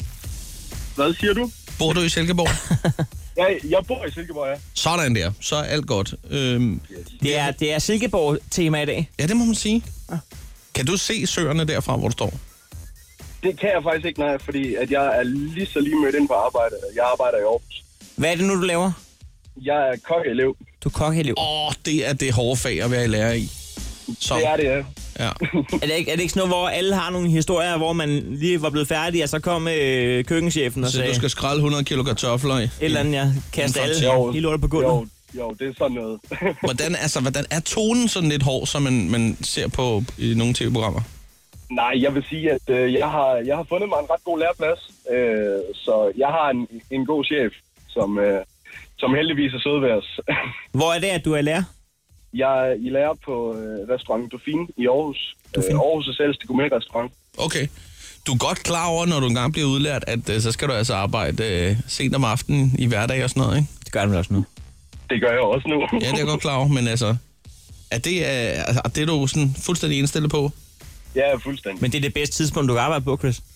G: Hvad siger du?
B: Bor du i Silkeborg?
G: ja, jeg bor i Silkeborg, ja.
B: Sådan der. Så er alt godt. Øhm,
C: det er, det er Silkeborg-tema i dag.
B: Ja, det må man sige. Ja. Kan du se søerne derfra, hvor du står?
G: Det kan jeg faktisk ikke, nej, fordi at jeg er lige så lige mødt ind på arbejde. Jeg arbejder i Aarhus.
C: Hvad er det nu, du laver?
G: Jeg er kokkeelev.
C: Du er kokkeelev?
B: Åh, oh, det er det hårde fag at være i lærer i.
G: Så. Det er det, ja.
B: ja.
C: er, det ikke, er det ikke sådan noget, hvor alle har nogle historier, hvor man lige var blevet færdig, og så kom øh, køkkenchefen og
B: så
C: sagde...
G: Så
B: du skal skrælle hundrede kilo kartofler i? Et
C: eller andet, ja. Kaste alle i lortet på gulvet.
G: Jo, jo, det er sådan noget.
B: hvordan, altså, hvordan er tonen sådan lidt hård, som man, man ser på i nogle tv-programmer?
G: Nej, jeg vil sige, at øh, jeg, har, jeg har fundet mig en ret god læreplads. Øh, så jeg har en, en god chef, som, øh, som heldigvis er sød ved os.
C: Hvor er det, at du er lærer?
G: Jeg er i lærer på øh, restaurant Dauphine i Aarhus. Øh, Aarhus' ældste gourmet-restaurant.
B: Okay. Du er godt klar over, når du engang bliver udlært, at øh, så skal du altså arbejde øh, sent om aftenen i hverdag og sådan noget, ikke?
C: Det gør du også nu.
G: Det gør jeg også nu.
B: ja, det er jeg godt klar over, men altså... Er det, øh, altså, er det du sådan fuldstændig indstillet på?
G: Ja, fuldstændig.
C: Men det er det bedste tidspunkt, du kan arbejde på, Chris?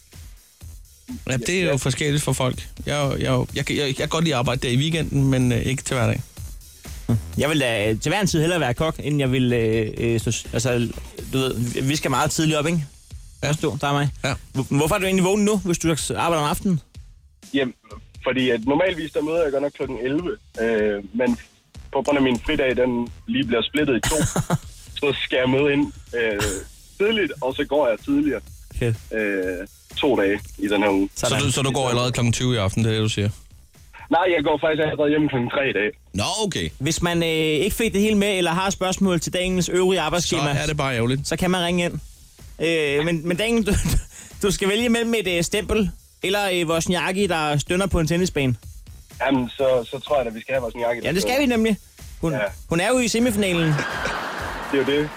B: Ja, det er jo ja. forskelligt for folk. Jeg, jeg, jeg, jeg, jeg, jeg kan godt lide at arbejde der i weekenden, men øh, ikke til hverdag.
C: Jeg vil da til hver en tid hellere være kok, inden jeg vil... Øh, øh, så, altså, du ved, vi skal meget tidligt op, ikke? Ja. Du, der er mig.
B: Ja.
C: Hvorfor er du egentlig vågen nu, hvis du arbejder om aftenen?
G: Jamen, fordi at normalvis der møder jeg godt nok klokken elleve, øh, men på grund af min fridag, den lige bliver splittet i to, så skal jeg møde ind øh, tidligt, og så går jeg tidligere.
C: Okay.
G: Øh, to dage i den her uge.
B: Så du, så du går allerede klokken tyve i aften, det er det, du siger?
G: Nej, jeg går faktisk allerede hjemme klokken tre i dag.
B: Nå, okay.
C: Hvis man øh, ikke fik det hele med, eller har spørgsmål til dagens øvrige arbejdsskema,
B: så er det bare ærgerligt.
C: Så kan man ringe ind. Øh, men, men Daniel, du, du skal vælge mellem et øh, stempel, eller øh, Wozniacki, der stønner på en tennisbane.
G: Jamen, så, så tror jeg, at vi skal have Wozniacki.
C: Ja, det skal vi nemlig. Hun, ja. hun er jo i semifinalen.
G: Det er jo det.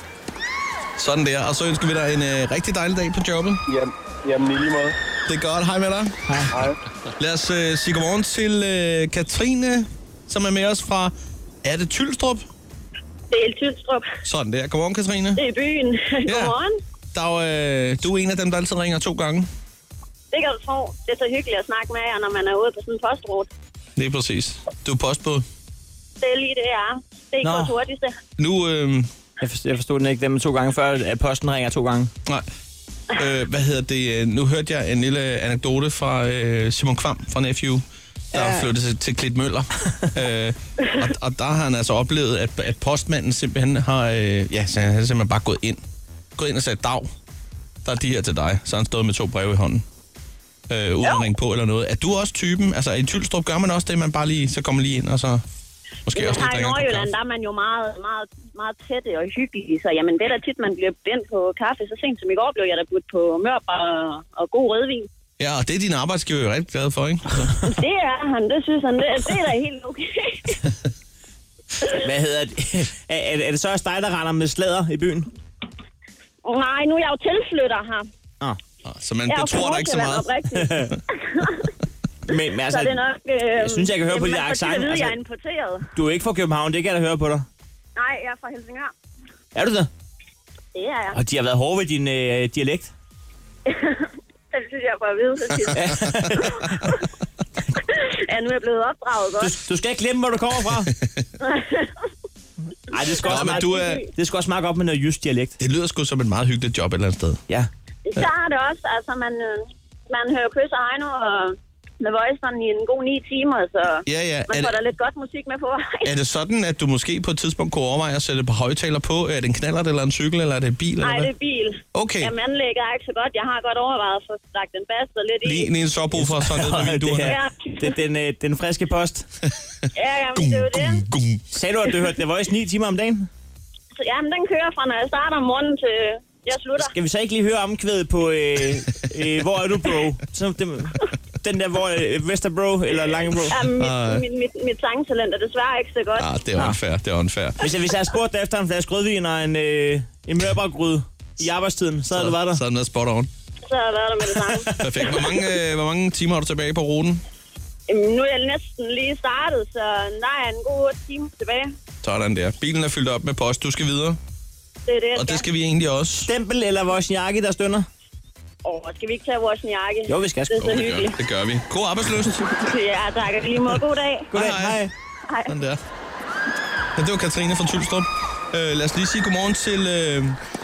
B: Sådan der. Og så ønsker vi dig en øh, rigtig dejlig dag på jobbet.
G: Jamen, jamen i lige måde.
B: Det er godt. Hej med dig.
C: Hej.
G: Hej.
B: Lad os øh, sige godmorgen til øh, Katrine, som er med os fra... Er det Tylstrup?
K: Det er Tylstrup.
B: Sådan der. Godmorgen, Katrine.
K: Det er byen.
B: Ja.
K: Godmorgen.
B: Der er, øh, du er en af dem, der altid ringer to gange.
K: Det kan du tro. Det er så hyggeligt at snakke med jer, når man er ude på sådan en postrute.
B: Det er præcis. Du er postbåd.
K: Det er lige det, jeg er. Det er ikke vores hurtigste.
B: Nu... Øh,
C: jeg, forstod, jeg forstod den ikke dem to gange før, at posten ringer to gange.
B: Nej. Øh, hvad hedder det? Nu hørte jeg en lille anekdote fra øh, Simon Kvam fra Nephew, der ja. flyttede til, til Klitmøller. øh, og, og der har han altså oplevet, at, at postmanden simpelthen har... Øh, ja, så han har simpelthen bare gået ind. Gået ind og sagt dag. der er de her til dig. Så har han stået med to breve i hånden. Øh, uden at ringe på eller noget. Er du også typen, altså i Tylstrup gør man også det, man bare lige, så kommer lige ind, og så måske også lige
M: drikker en kop kaffe? I Nordjylland, der er man jo meget, meget, meget tætte og hyggelig, så jamen det er da tit, man bliver vendt på kaffe. Så sent som i går blev jeg da budt på mørbrad og, og god rødvin.
B: Ja, og det er din arbejdsgiver jo rigtig glad for, ikke? Altså.
M: Det er han, det synes han, det, det er da helt okay.
C: Hvad hedder det? Er, er, er det så også dig, der render med slæder i byen?
M: Nej, nu er jeg jo tilflytter her.
C: Ah.
B: Så man betror dig ikke så meget.
C: men, men altså,
M: så det er nok, øh,
C: jeg synes, jeg kan høre på dit accent.
M: Man
C: altså,
M: jeg er importeret.
C: Du er ikke fra København, det kan jeg da høre på dig.
M: Nej, jeg er fra Helsingør.
C: Er du det?
M: Det er jeg.
C: Og de har været hårde ved din øh, dialekt?
M: Det synes jeg bare at vide, så tit. Ja, nu er jeg blevet opdraget godt.
C: Du, du skal ikke glemme, hvor du kommer fra. Ej, det skal, Nå, også meget, du er... det skal også meget op med noget jysk dialekt.
B: Det lyder sgu som et meget hyggeligt job et eller andet sted.
C: Ja.
M: Så har det også. Altså, man, man hører Chris og Heino og med Voice sådan i en god ni timer, så
B: ja, ja.
M: man
B: er
M: får
B: det...
M: da lidt godt musik med på.
B: Er det sådan, at du måske på et tidspunkt kunne overveje at sætte på højtaler på? Er det en knallert eller en cykel, eller er det en bil?
M: Nej,
B: eller
M: det er bil.
B: Okay.
M: Jamen, anlægget er ikke så godt. Jeg har godt overvejet at få lagt den bas og lidt i.
B: Lige, lige en sårbo for sådan noget med vinduerne.
C: Ja, det, den, den, den friske post.
M: Ja, jamen, det er jo det.
B: Gum, gum.
C: Sagde du, at du hørte The Voice ni timer om dagen?
M: Så, jamen, den kører fra, når jeg starter om morgenen til jeg slutter.
C: Skal vi så ikke lige høre omkvædet på, øh, øh, hvor er du, bro? Så, det, den der, hvor øh, Vesterbro eller Langebro?
M: Jamen, mit, mit, mit, mit sangtalent er desværre ikke så godt.
B: Ah, det er unfair, det er unfair.
C: Hvis jeg, hvis jeg havde spurgt dig efter en flaske rødvin og en, øh, en mørbrødgryde i arbejdstiden, så, så havde du været der.
B: Så havde du været spot on.
M: Så havde jeg været der med det samme.
B: Perfekt. Hvor mange, øh, hvor mange timer har du tilbage på ruten?
M: Jamen, nu er jeg næsten lige startet, så der er en god time tilbage.
B: Sådan der. Bilen er fyldt op med post. Du skal videre.
M: Det er det,
B: og det skal vi egentlig også.
C: Stempel eller vores jakke, der stønner?
M: Åh, oh, skal vi ikke tage vores jakke?
C: Jo, vi skal.
M: Det er så
B: oh,
M: hyggeligt.
B: Det gør vi. God arbejdsløst.
M: Ja, tak. Lige måde. God dag.
C: God dag. Hej.
M: Hej.
B: Sådan der. Ja, det var Katrine fra Tylstrup. Uh, lad os lige sige godmorgen til uh...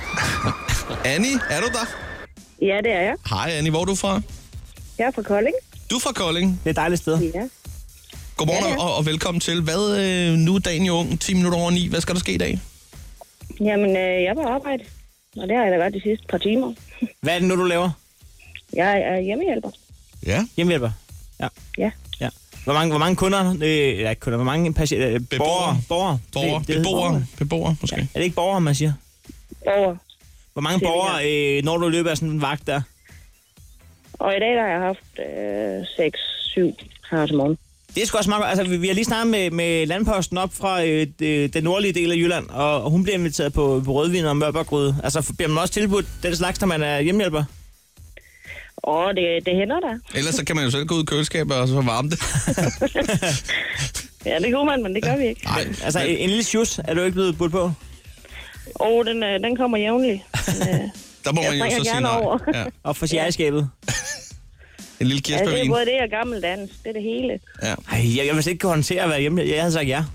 B: Annie. Er du der?
K: Ja, det er jeg.
B: Hej Annie, hvor er du fra?
K: Jeg er fra Kolding.
B: Du er fra Kolding?
C: Det er et dejligt sted.
K: Ja.
B: Godmorgen ja, ja. Og, og velkommen til. Hvad øh, nu er dagen jo ung? ti minutter over ni. Hvad skal der ske i dag?
K: Jamen, øh, jeg er på arbejde. Og det har jeg da været de sidste par timer.
C: Hvad er det nu, du laver?
K: Jeg er hjemmehjælper.
B: Ja?
C: Hjemmehjælper? Ja.
K: Ja.
C: Ja. Hvor mange, hvor mange kunder, øh, eller ikke kunder, hvor mange patienter, øh,
B: beboere,
C: borgere,
B: borgere, det, det beboere, beboere, måske. Ja.
C: Er det ikke borgere, man siger?
K: Borgere.
C: Hvor mange borgere, øh, når du løber af sådan en vagt der?
K: Og i dag der har jeg haft øh, seks syv her til morgen.
C: Det er sgu også meget godt. Altså, vi, vi har lige snakket med, med landposten op fra øh, det, den nordlige del af Jylland, og, og hun bliver inviteret på, på rødvin og mørbrødgryde. Altså, bliver man også tilbudt den slags, når man er hjemmehjælper?
K: Åh, det, det hænder der.
B: Ellers så kan man jo selv gå ud i køleskabet og så varme det.
K: Ja, det kunne man, men det gør vi ikke.
C: Nej, altså, men... en, en lille sjus er du ikke blevet budt på?
K: Åh, oh, den, den kommer jævnligt.
B: Der må man jo så sige nej.
C: Ja. Og for sjælskabet.
B: En lille kirsebærvin.
K: Ja, det er både det og gammeldans. Det er det hele.
B: Ja.
C: Ej, jeg, jeg vil ikke kunne håndtere at være hjemme. Jeg havde sagt ja.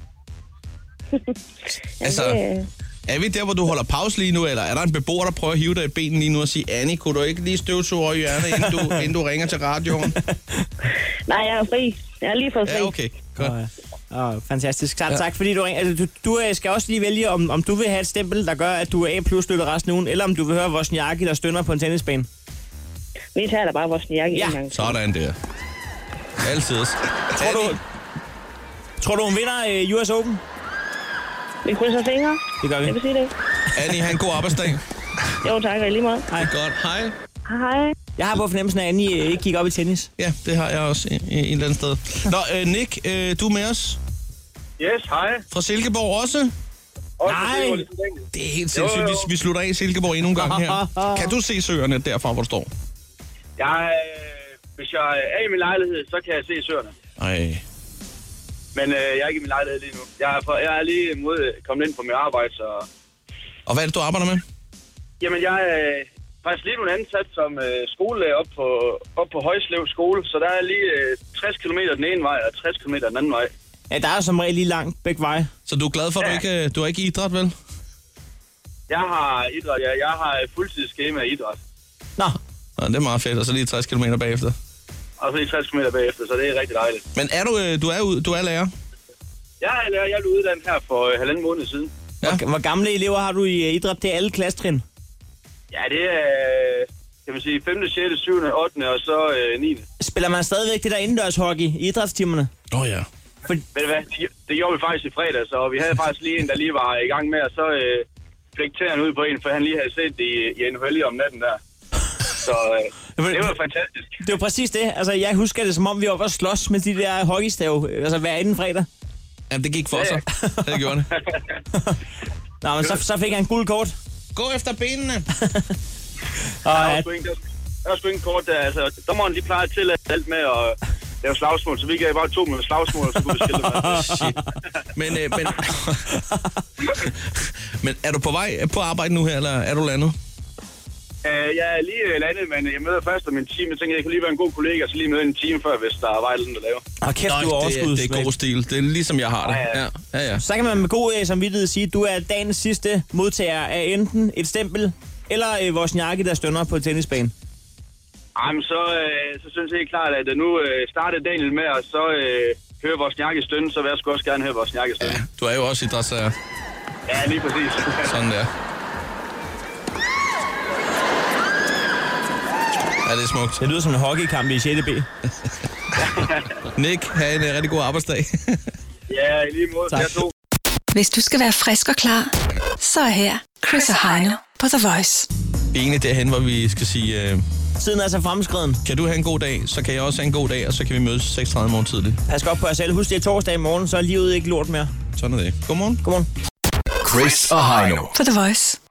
B: Altså, er vi der, hvor du holder pause lige nu, eller er der en beboer, der prøver at hive dig i benen lige nu og sige, Annie, kunne du ikke lige støvsuge over hjørnet, inden du, inden du ringer til radioen?
K: Nej, jeg er fri. Jeg er lige fået fri.
B: Ja, okay. Godt.
C: Åh, oh, fantastisk. Tak, ja. Tak fordi du ringer. Altså, du, du skal også lige vælge, om, om du vil have et stempel, der gør, at du er A plus støtter resten af ugen, eller om du vil høre vores jakke, der stønner på en tennisbane.
K: Vi tager da bare vores jakke
C: ja.
K: en gang.
B: Sådan der. Altid.
C: Tror du, tror du, hun vinder uh, U S Open?
K: Vi krydser fingre.
C: Det gør vi.
K: Jeg vil sige det.
B: Annie, have en god arbejdsdag.
K: Jo, tak. Lige meget.
B: Hej. Godt. Hej.
K: Hej.
C: Jeg har på fornemmelsen af, at Annie ikke gik op i tennis.
B: Ja, det har jeg også i, i et eller andet sted. Nå, øh, Nick, øh, du er med os?
G: Yes, hej.
B: Fra Silkeborg også?
G: også
B: Nej, det er helt sindssygt. Vi, vi slutter af i Silkeborg endnu en gang her. Kan du se søerne derfra, hvor du står?
G: Jeg, hvis jeg er i min lejlighed, så kan jeg se søerne.
B: Ej.
G: Men øh, jeg er ikke i min lejlighed lige nu. Jeg er, for, jeg er lige mod, kommet ind på mit arbejde, så...
B: Og hvad er det, du arbejder med?
G: Jamen, jeg er øh, faktisk lige nu ansat som øh, skolelærer op på, op på Højslev skole, så der er lige øh, tres kilometer den ene vej og tres kilometer den anden vej.
C: Ja, der er som regel lige langt begge veje.
B: Så du er glad for, at ja. du ikke du er ikke i idræt, vel?
G: Jeg har idræt, ja. Jeg har fuldtidsskema i idræt.
C: Nå.
B: Nå, det er meget fedt, og så lige tres kilometer bagefter.
G: Og så lige tres kilometer bagefter, så det er rigtig dejligt.
B: Men er du, du er, du er lærer?
G: Jeg er lærer. Jeg blev uddannet her for øh, halvanden måned siden.
C: Ja. Hvor, hvor gamle elever har du i uh, idræt? Det er alle klassetrin?
N: Ja, det er, kan man sige, femte, sjette, syvende, ottende og så øh, niende.
C: Spiller man stadigvæk det der indendørshockey i idrætstimerne?
B: Åh oh, ja.
N: For... Ved du hvad, det, det gjorde vi faktisk i fredags, og vi havde faktisk lige en, der lige var i gang med, og så øh, fik tæerne ud på en, for han lige havde set det i, i en hølge om natten der. Så øh, det var fantastisk.
C: Det var præcis det. Altså, jeg husker det, som om vi var oppe og slås med de der hockeystave, altså hver anden fredag.
B: Jamen, det gik for sig. Det gjorde det.
C: Nå, men så, så fik han guld kort.
B: Gå efter benene.
N: Og, der var sgu ikke, der var sgu ikke kort der. Altså, dommeren lige plejer til at alt med at lave slagsmål, så vi gav bare to med slagsmål, og så kunne vi skille med.
B: Shit. Men, øh, men, men er du på vej på arbejde nu her, eller er du landet?
N: Uh, jeg er lige landet, men jeg møder først om en time. Jeg tænker, jeg kunne lige være en god kollega, så lige møde en time før, hvis der er vejlen, der laver.
C: Og kæft, du er overskud.
B: Det er, det er god stil. Det er ligesom jeg har det.
N: Ja, ja.
B: Ja, ja, ja.
C: Så kan man med god øh, samvittighed sige, at du er dagens sidste modtager af enten et stempel, eller øh, vores jakke, der stønner på tennisbanen.
N: Jamen, så, øh, så synes jeg helt klart, at nu øh, startede Daniel med, og så øh, hører vores jakke stønne, så vil jeg sgu også gerne høre vores jakke stønne.
B: Ja, du er jo også idrætsager.
N: Ja, lige præcis.
B: Sådan der. Ja, det er smukt.
C: Det lyder som en hockeykamp i sjette B.
B: Nick, have en uh, rigtig god arbejdsdag.
N: Ja, i lige måde. Tak.
E: Hvis du skal være frisk og klar, så er her Chris og Heino på The Voice.
B: Egentlig derhen, hvor vi skal sige... Uh,
C: Tiden er så fremskreden.
B: Kan du have en god dag, så kan jeg også have en god dag, og så kan vi mødes seks tredive morgen tidligt.
C: Pas godt på jer selv. Husk, det er torsdag i morgen, så er livet ikke lort mere.
B: Sådan er det. Godmorgen.
C: Godmorgen.
D: Chris og Heino
E: For The Voice.